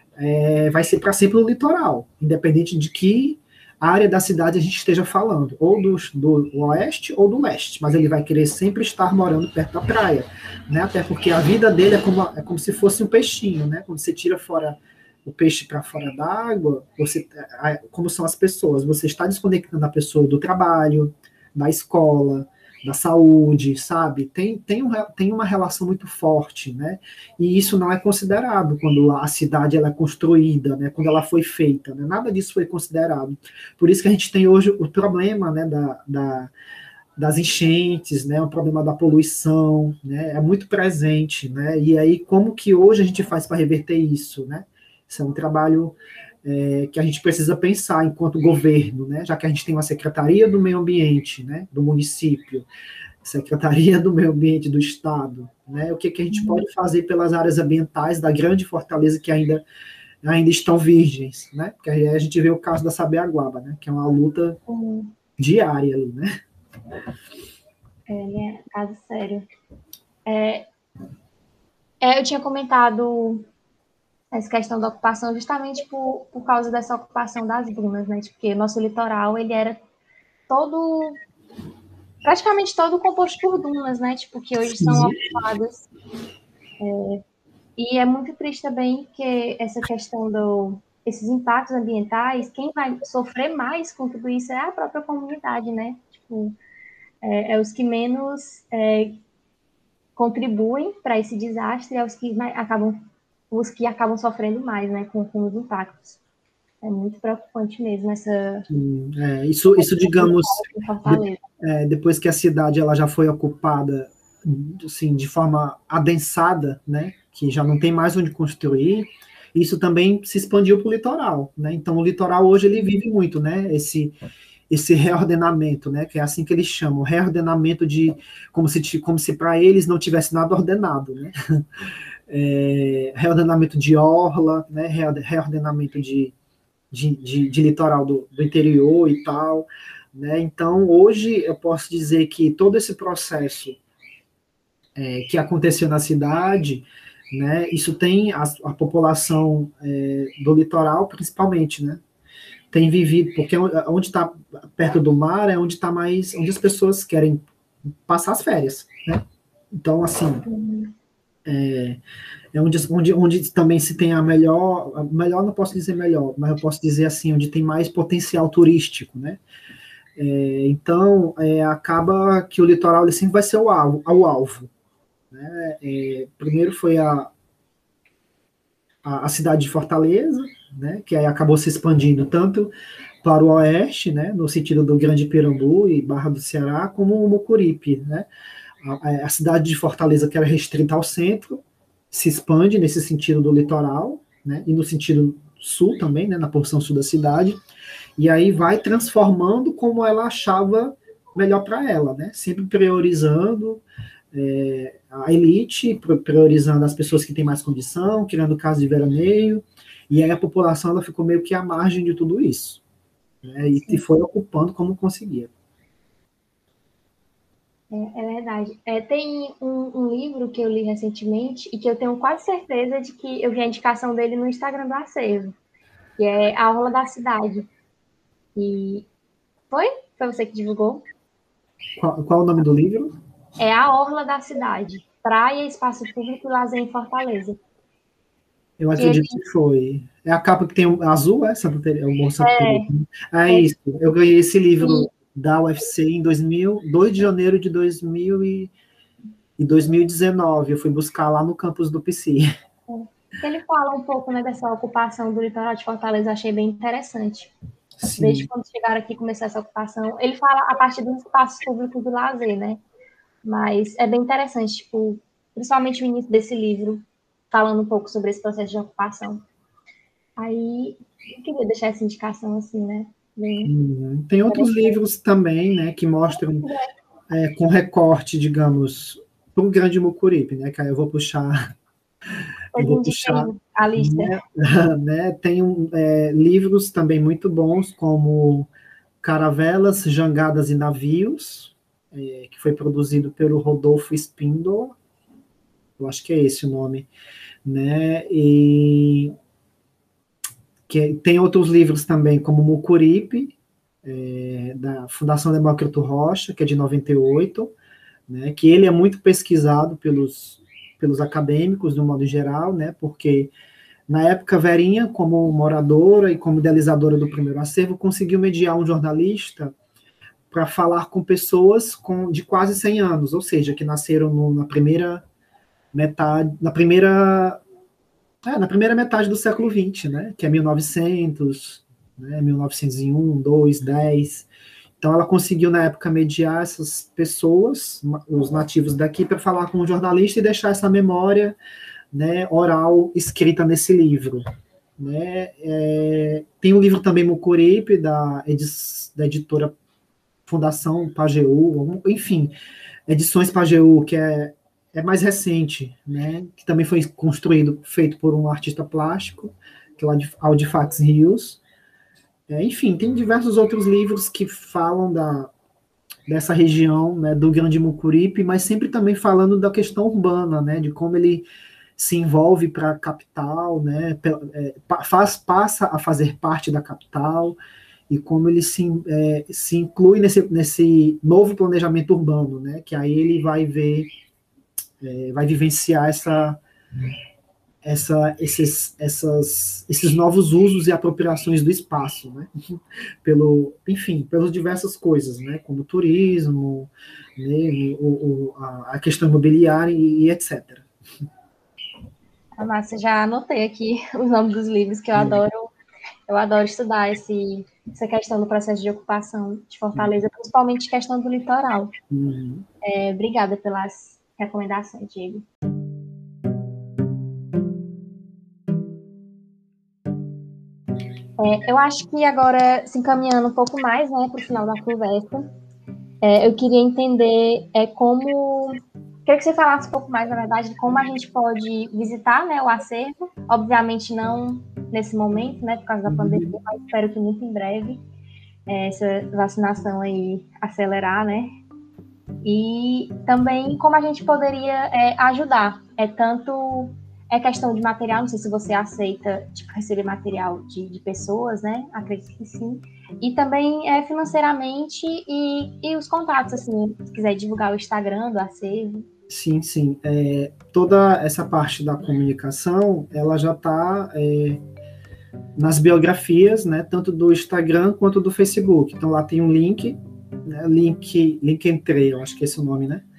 É, vai ser para sempre no litoral, independente de que área da cidade a gente esteja falando, ou do, do oeste ou do leste, mas ele vai querer sempre estar morando perto da praia, né? Até porque a vida dele é como, é como se fosse um peixinho, né? Quando você tira fora o peixe para fora d'água, você, como são as pessoas, você está desconectando a pessoa do trabalho, da escola, da saúde, sabe? Tem, tem, um, tem uma relação muito forte, né? E isso não é considerado quando a cidade ela é construída, né? Quando ela foi feita, né? Nada disso foi considerado. Por isso que a gente tem hoje o problema, né? Da, da, das enchentes, né? O problema da poluição, né? É muito presente, né? E aí, como que hoje a gente faz para reverter isso, né? Isso é um trabalho é, que a gente precisa pensar enquanto governo, né? Já que a gente tem uma Secretaria do Meio Ambiente, né? Do município, Secretaria do Meio Ambiente do Estado, né? O que, que a gente pode fazer pelas áreas ambientais da grande Fortaleza que ainda, ainda estão virgens, né? Porque aí a gente vê o caso da Sabiaguaba, né? Que é uma luta Hum. diária ali, né? É, né? Caso sério. É, é, eu tinha comentado essa questão da ocupação justamente por, por causa dessa ocupação das dunas, né? Porque o nosso litoral, ele era todo, praticamente todo composto por dunas, né? Tipo, que hoje são ocupadas. É, e é muito triste também que essa questão do esses impactos ambientais, quem vai sofrer mais com tudo isso é a própria comunidade, né? Tipo, é, é os que menos é, contribuem para esse desastre, é os que mais, acabam os que acabam sofrendo mais, né, com, com os impactos. É muito preocupante mesmo essa... É, isso, isso, digamos, de, é, depois que a cidade ela já foi ocupada assim, de forma adensada, né, que já não tem mais onde construir, isso também se expandiu para o litoral, né? Então o litoral hoje ele vive muito, né? Esse esse reordenamento, né? Que é assim que eles chamam, reordenamento de como se como se para eles não tivesse nada ordenado, né? É, reordenamento de orla, né? Reordenamento de, de, de, de litoral do, do interior e tal, né? Então hoje eu posso dizer que todo esse processo é, que aconteceu na cidade, né? Isso tem a, a população é, do litoral, principalmente, né? Tem vivido, porque onde está perto do mar é onde está mais, onde as pessoas querem passar as férias, né? Então, assim, é, é onde, onde, onde também se tem a melhor, a melhor não posso dizer melhor, mas eu posso dizer assim, onde tem mais potencial turístico, né? É, então, é, acaba que o litoral ele sempre vai ser o alvo, o alvo, né? É, primeiro foi a, a, a cidade de Fortaleza, né, que aí acabou se expandindo tanto para o oeste, né, no sentido do Grande Pirambu e Barra do Ceará, como o Mucuripe, né. A, a cidade de Fortaleza, que era restrita ao centro, se expande nesse sentido do litoral, né, e no sentido sul também, né, na porção sul da cidade, e aí vai transformando como ela achava melhor para ela, né, sempre priorizando é, a elite, priorizando as pessoas que têm mais condição, criando casas de veraneio, e aí a população ela ficou meio que à margem de tudo isso, né, e, e foi ocupando como conseguia. É, é verdade. É, tem um, um livro que eu li recentemente e que eu tenho quase certeza de que eu vi a indicação dele no Instagram do Acervo, que é A Orla da Cidade. E foi? Foi você que divulgou? Qual, qual o nome do livro? É A Orla da Cidade, Praia, Espaço Público e Lazer em Fortaleza. Eu Que ele, acredito que foi. É a capa que tem o azul, é? Santa Teresa, é o Morro Santa Teresa. É, é, isso. Eu ganhei esse livro e, da U F C em dois mil, dois de janeiro de dois mil e dois mil e dezenove. Eu fui buscar lá no campus do P C. ele fala um pouco, né, dessa ocupação do litoral de Fortaleza, achei bem interessante. Sim. Desde quando chegaram aqui começou essa ocupação. Ele fala a partir dos espaços públicos do lazer, né? Mas é bem interessante, tipo, principalmente o início desse livro, falando um pouco sobre esse processo de ocupação. Aí, eu queria deixar essa indicação assim, né? Bem, hum, tem outros livros também, né, que mostram é, com recorte, digamos, para o Grande Mucuripe, né, que aí eu vou puxar... Pois eu vou indica puxar, aí a lista. né, né, tem um, é, livros também muito bons, como Caravelas, Jangadas e Navios, é, que foi produzido pelo Rodolfo Spindler, eu acho que é esse o nome, né, e que tem outros livros também, como Mucuripe, é, da Fundação Demócrito Rocha, que é de noventa e oito, né, que ele é muito pesquisado pelos, pelos acadêmicos, de um modo geral, né, porque na época Verinha, como moradora e como idealizadora do primeiro acervo, conseguiu mediar um jornalista para falar com pessoas com, de quase cem anos, ou seja, que nasceram no, na primeira metade, na primeira, é, na primeira metade do século vinte, né, que é mil e novecentos, né, mil novecentos e um, dois, dez. Então ela conseguiu na época mediar essas pessoas, os nativos daqui, para falar com o jornalista e deixar essa memória, né, oral escrita nesse livro. Né? É, tem um livro também, Mucuripe, da, da editora Fundação Pajeú, enfim, Edições Pajeú, que é, é mais recente, né? Que também foi construído, feito por um artista plástico, que é o Audifax Rios. É, enfim, tem diversos outros livros que falam da, dessa região, né, do Grande Mucuripe, mas sempre também falando da questão urbana, né, de como ele se envolve para a capital, né, faz, passa a fazer parte da capital, e como ele se, é, se inclui nesse, nesse novo planejamento urbano, né, que aí ele vai ver, é, vai vivenciar essa, essa, esses, essas, esses novos usos e apropriações do espaço, né, pelo, enfim, pelas diversas coisas, né, como turismo, né, o, o, a questão imobiliária e, e etcétera. Ah, Márcia, já anotei aqui os nomes dos livros que eu adoro. Eu adoro estudar esse, essa questão do processo de ocupação de Fortaleza, principalmente questão do litoral. Uhum. É, obrigada pelas, recomendações, Diego. É, eu acho que agora, se encaminhando um pouco mais, né, para o final da conversa, é, eu queria entender é, como... Queria que você falasse um pouco mais, na verdade, de como a gente pode visitar, né, o acervo. Obviamente não nesse momento, né, por causa da pandemia, mas espero que muito em breve é, essa vacinação aí acelerar, né? E também como a gente poderia é, ajudar. É tanto... É questão de material, não sei se você aceita tipo, receber material de, de pessoas, né? Acredito que sim. E também é, financeiramente e, e os contatos, assim, se quiser divulgar o Instagram do acervo. Sim, sim. É, toda essa parte da comunicação, ela já está é, nas biografias, né? Tanto do Instagram quanto do Facebook. Então lá tem um link, né, link, link entre, eu acho que é esse o nome, né?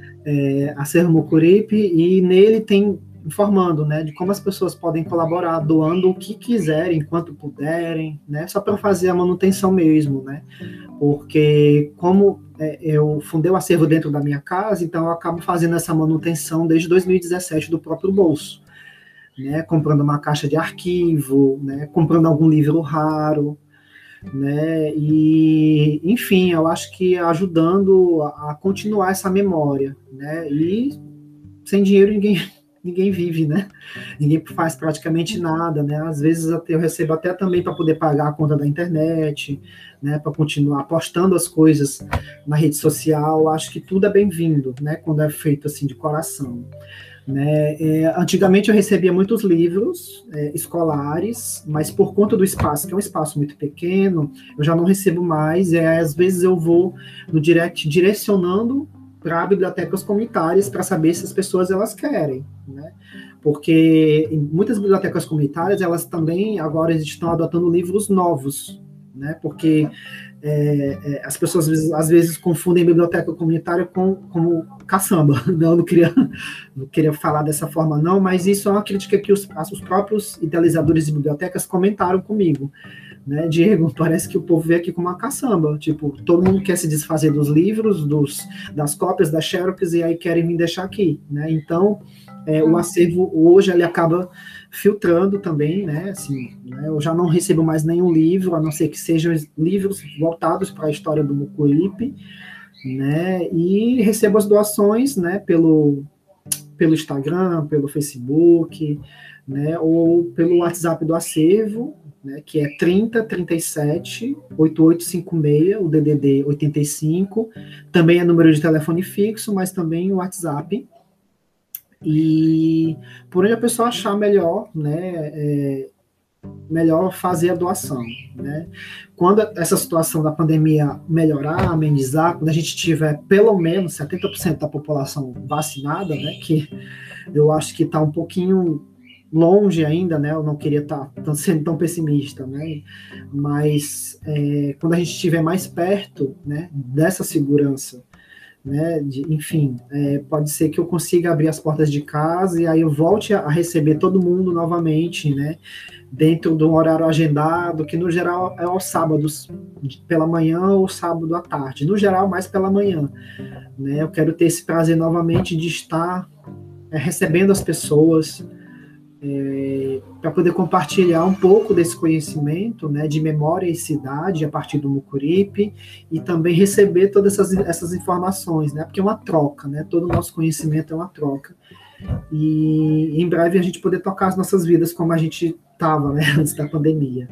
É, Acervo Mucuripe, e nele tem informando, né, de como as pessoas podem colaborar, doando o que quiserem, enquanto puderem, né, só para fazer a manutenção mesmo, né, porque como é, eu fundei o acervo dentro da minha casa, então eu acabo fazendo essa manutenção desde dois mil e dezessete do próprio bolso, né, comprando uma caixa de arquivo, né, comprando algum livro raro, né, e enfim, eu acho que ajudando a, a continuar essa memória, né, e sem dinheiro ninguém ninguém vive, né? Ninguém faz praticamente nada, né? Às vezes eu recebo até também para poder pagar a conta da internet, né? Para continuar postando as coisas na rede social. Acho que tudo é bem-vindo, né? Quando é feito assim de coração. Né? É, antigamente eu recebia muitos livros é, escolares, mas por conta do espaço, que é um espaço muito pequeno, eu já não recebo mais. E às vezes eu vou no direct direcionando para bibliotecas comunitárias para saber se as pessoas elas querem, né? Porque em muitas bibliotecas comunitárias elas também agora estão adotando livros novos, né? Porque é, é, as pessoas às vezes, às vezes confundem biblioteca comunitária com como caçamba. Não, não queria, não queria falar dessa forma não, mas isso é uma crítica que os, os próprios idealizadores de bibliotecas comentaram comigo. Né, Diego, parece que o povo vê aqui como uma caçamba, tipo, todo mundo quer se desfazer dos livros, dos, das cópias, das xerox, e aí querem me deixar aqui, né, então, é, o acervo hoje, ele acaba filtrando também, né, assim, né, eu já não recebo mais nenhum livro, a não ser que sejam livros voltados para a história do Mucuripe, né, e recebo as doações, né, pelo, pelo Instagram, pelo Facebook, né, ou pelo WhatsApp do acervo, né, que é trinta, trinta e sete, oitenta e oito cinquenta e seis, o D D D oitenta e cinco, também é número de telefone fixo, mas também o WhatsApp, e por onde a pessoa achar melhor, né, é, melhor fazer a doação, né, quando essa situação da pandemia melhorar, amenizar, quando a gente tiver pelo menos setenta por cento da população vacinada, né, que eu acho que está um pouquinho longe ainda, né? Eu não queria estar tá, sendo tão pessimista, né? Mas é, quando a gente estiver mais perto, né, dessa segurança, né? De, enfim, é, pode ser que eu consiga abrir as portas de casa e aí eu volte a, a receber todo mundo novamente, né? Dentro de um horário agendado, que no geral é aos sábados pela manhã ou sábado à tarde. No geral, mais pela manhã, né? Eu quero ter esse prazer novamente de estar é, recebendo as pessoas. É, para poder compartilhar um pouco desse conhecimento, né, de memória e cidade a partir do Mucuripe e também receber todas essas, essas informações, né, porque é uma troca, né, todo o nosso conhecimento é uma troca e em breve a gente poder tocar as nossas vidas como a gente estava, né, antes da pandemia.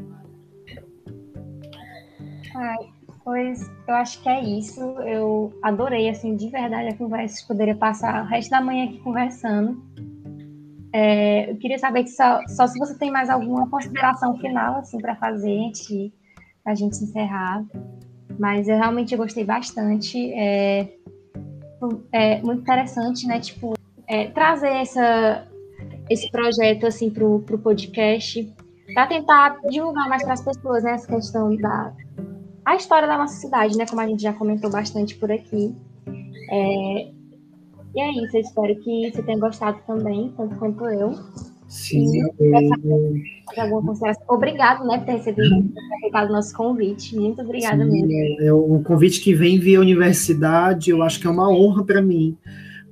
Ai, pois eu acho que é isso, eu adorei, assim, de verdade a conversa, poderia passar o resto da manhã aqui conversando. É, eu queria saber que só, só se você tem mais alguma consideração final assim, para fazer antes de a gente encerrar. Mas eu realmente gostei bastante. É, é muito interessante, né? Tipo, é, trazer essa, esse projeto assim, para o podcast, para tentar divulgar mais para as pessoas, né? Essa questão da a história da nossa cidade, né? Como a gente já comentou bastante por aqui. É, E é isso, eu espero que você tenha gostado também, tanto quanto eu. Sim, e, alguma consideração. Obrigado, né, por ter recebido, por ter aceitado o nosso convite. Muito obrigada sim, mesmo. É um convite que vem via universidade, eu acho que é uma honra para mim,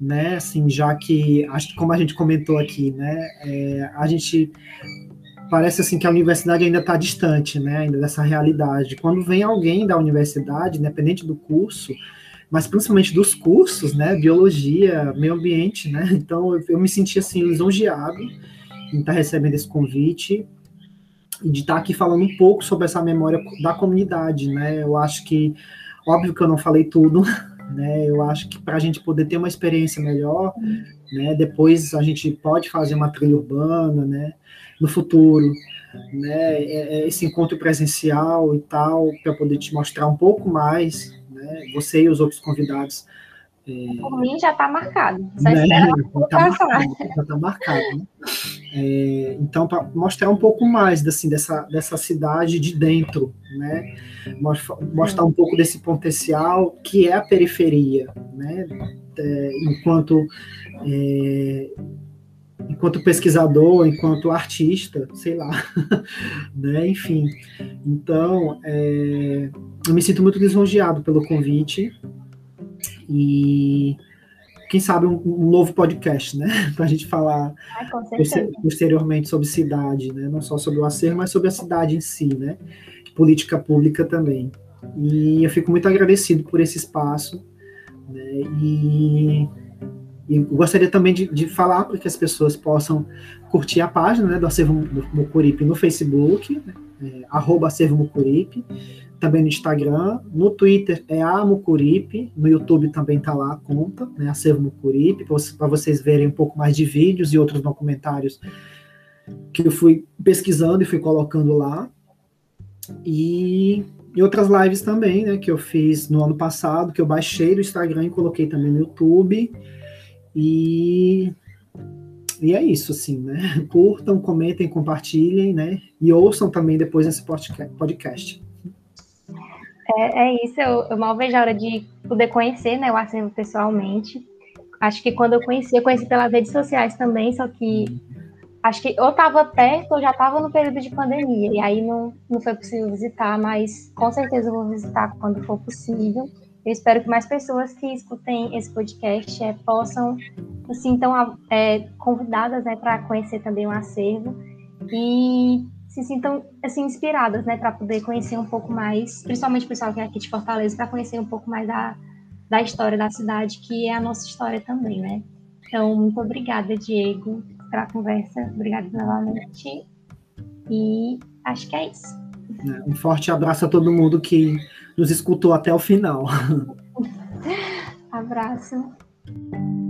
né, assim, já que, como a gente comentou aqui, né, é, a gente parece assim que a universidade ainda está distante, né, ainda dessa realidade. Quando vem alguém da universidade, independente do curso, mas principalmente dos cursos, né, biologia, meio ambiente, né, então eu, eu me senti assim lisonjeado em estar recebendo esse convite e de estar aqui falando um pouco sobre essa memória da comunidade, né, eu acho que, óbvio que eu não falei tudo, né, eu acho que para a gente poder ter uma experiência melhor, né, depois a gente pode fazer uma trilha urbana, né, no futuro, né, esse encontro presencial e tal, para poder te mostrar um pouco mais, né, você e os outros convidados. É, Por mim já está marcado, só né, espera tá marcado, já está marcado, né? É, então, para mostrar um pouco mais assim, dessa, dessa cidade de dentro, né? Mostrar um pouco desse potencial que é a periferia, né? É, enquanto é, enquanto pesquisador, enquanto artista, sei lá, né? Enfim. Então, é, eu me sinto muito lisonjeado pelo convite e quem sabe um, um novo podcast, né? Para a gente falar Ai, com certeza. posteriormente sobre cidade, né? Não só sobre o acervo, mas sobre a cidade em si, né? Política pública também. E eu fico muito agradecido por esse espaço, né? E, e gostaria também de, de falar para que as pessoas possam curtir a página, né, do Acervo Mucuripe no Facebook, né? É, arroba Acervo Mucuripe, também no Instagram, no Twitter é a Mucuripe, no YouTube também está lá a conta, né, Acervo Mucuripe, para vocês verem um pouco mais de vídeos e outros documentários que eu fui pesquisando e fui colocando lá. E, e outras lives também, né, que eu fiz no ano passado, que eu baixei do Instagram e coloquei também no YouTube. E, e é isso, assim, né? Curtam, comentem, compartilhem, né? E ouçam também depois esse podcast. É, é isso, eu, eu mal vejo a hora de poder conhecer, né, o acervo pessoalmente. Acho que quando eu conheci, eu conheci pelas redes sociais também, só que acho que ou estava perto ou já estava no período de pandemia, e aí não, não foi possível visitar, mas com certeza eu vou visitar quando for possível. Eu espero que mais pessoas que escutem esse podcast é, possam se sintam é, convidadas, né, para conhecer também o acervo e se sintam assim, inspiradas, né, para poder conhecer um pouco mais, principalmente o pessoal que é aqui de Fortaleza, para conhecer um pouco mais da, da história da cidade, que é a nossa história também, né? Então, muito obrigada, Diego, pela conversa. Obrigada novamente. E acho que é isso. Um forte abraço a todo mundo que nos escutou até o final. Abraço.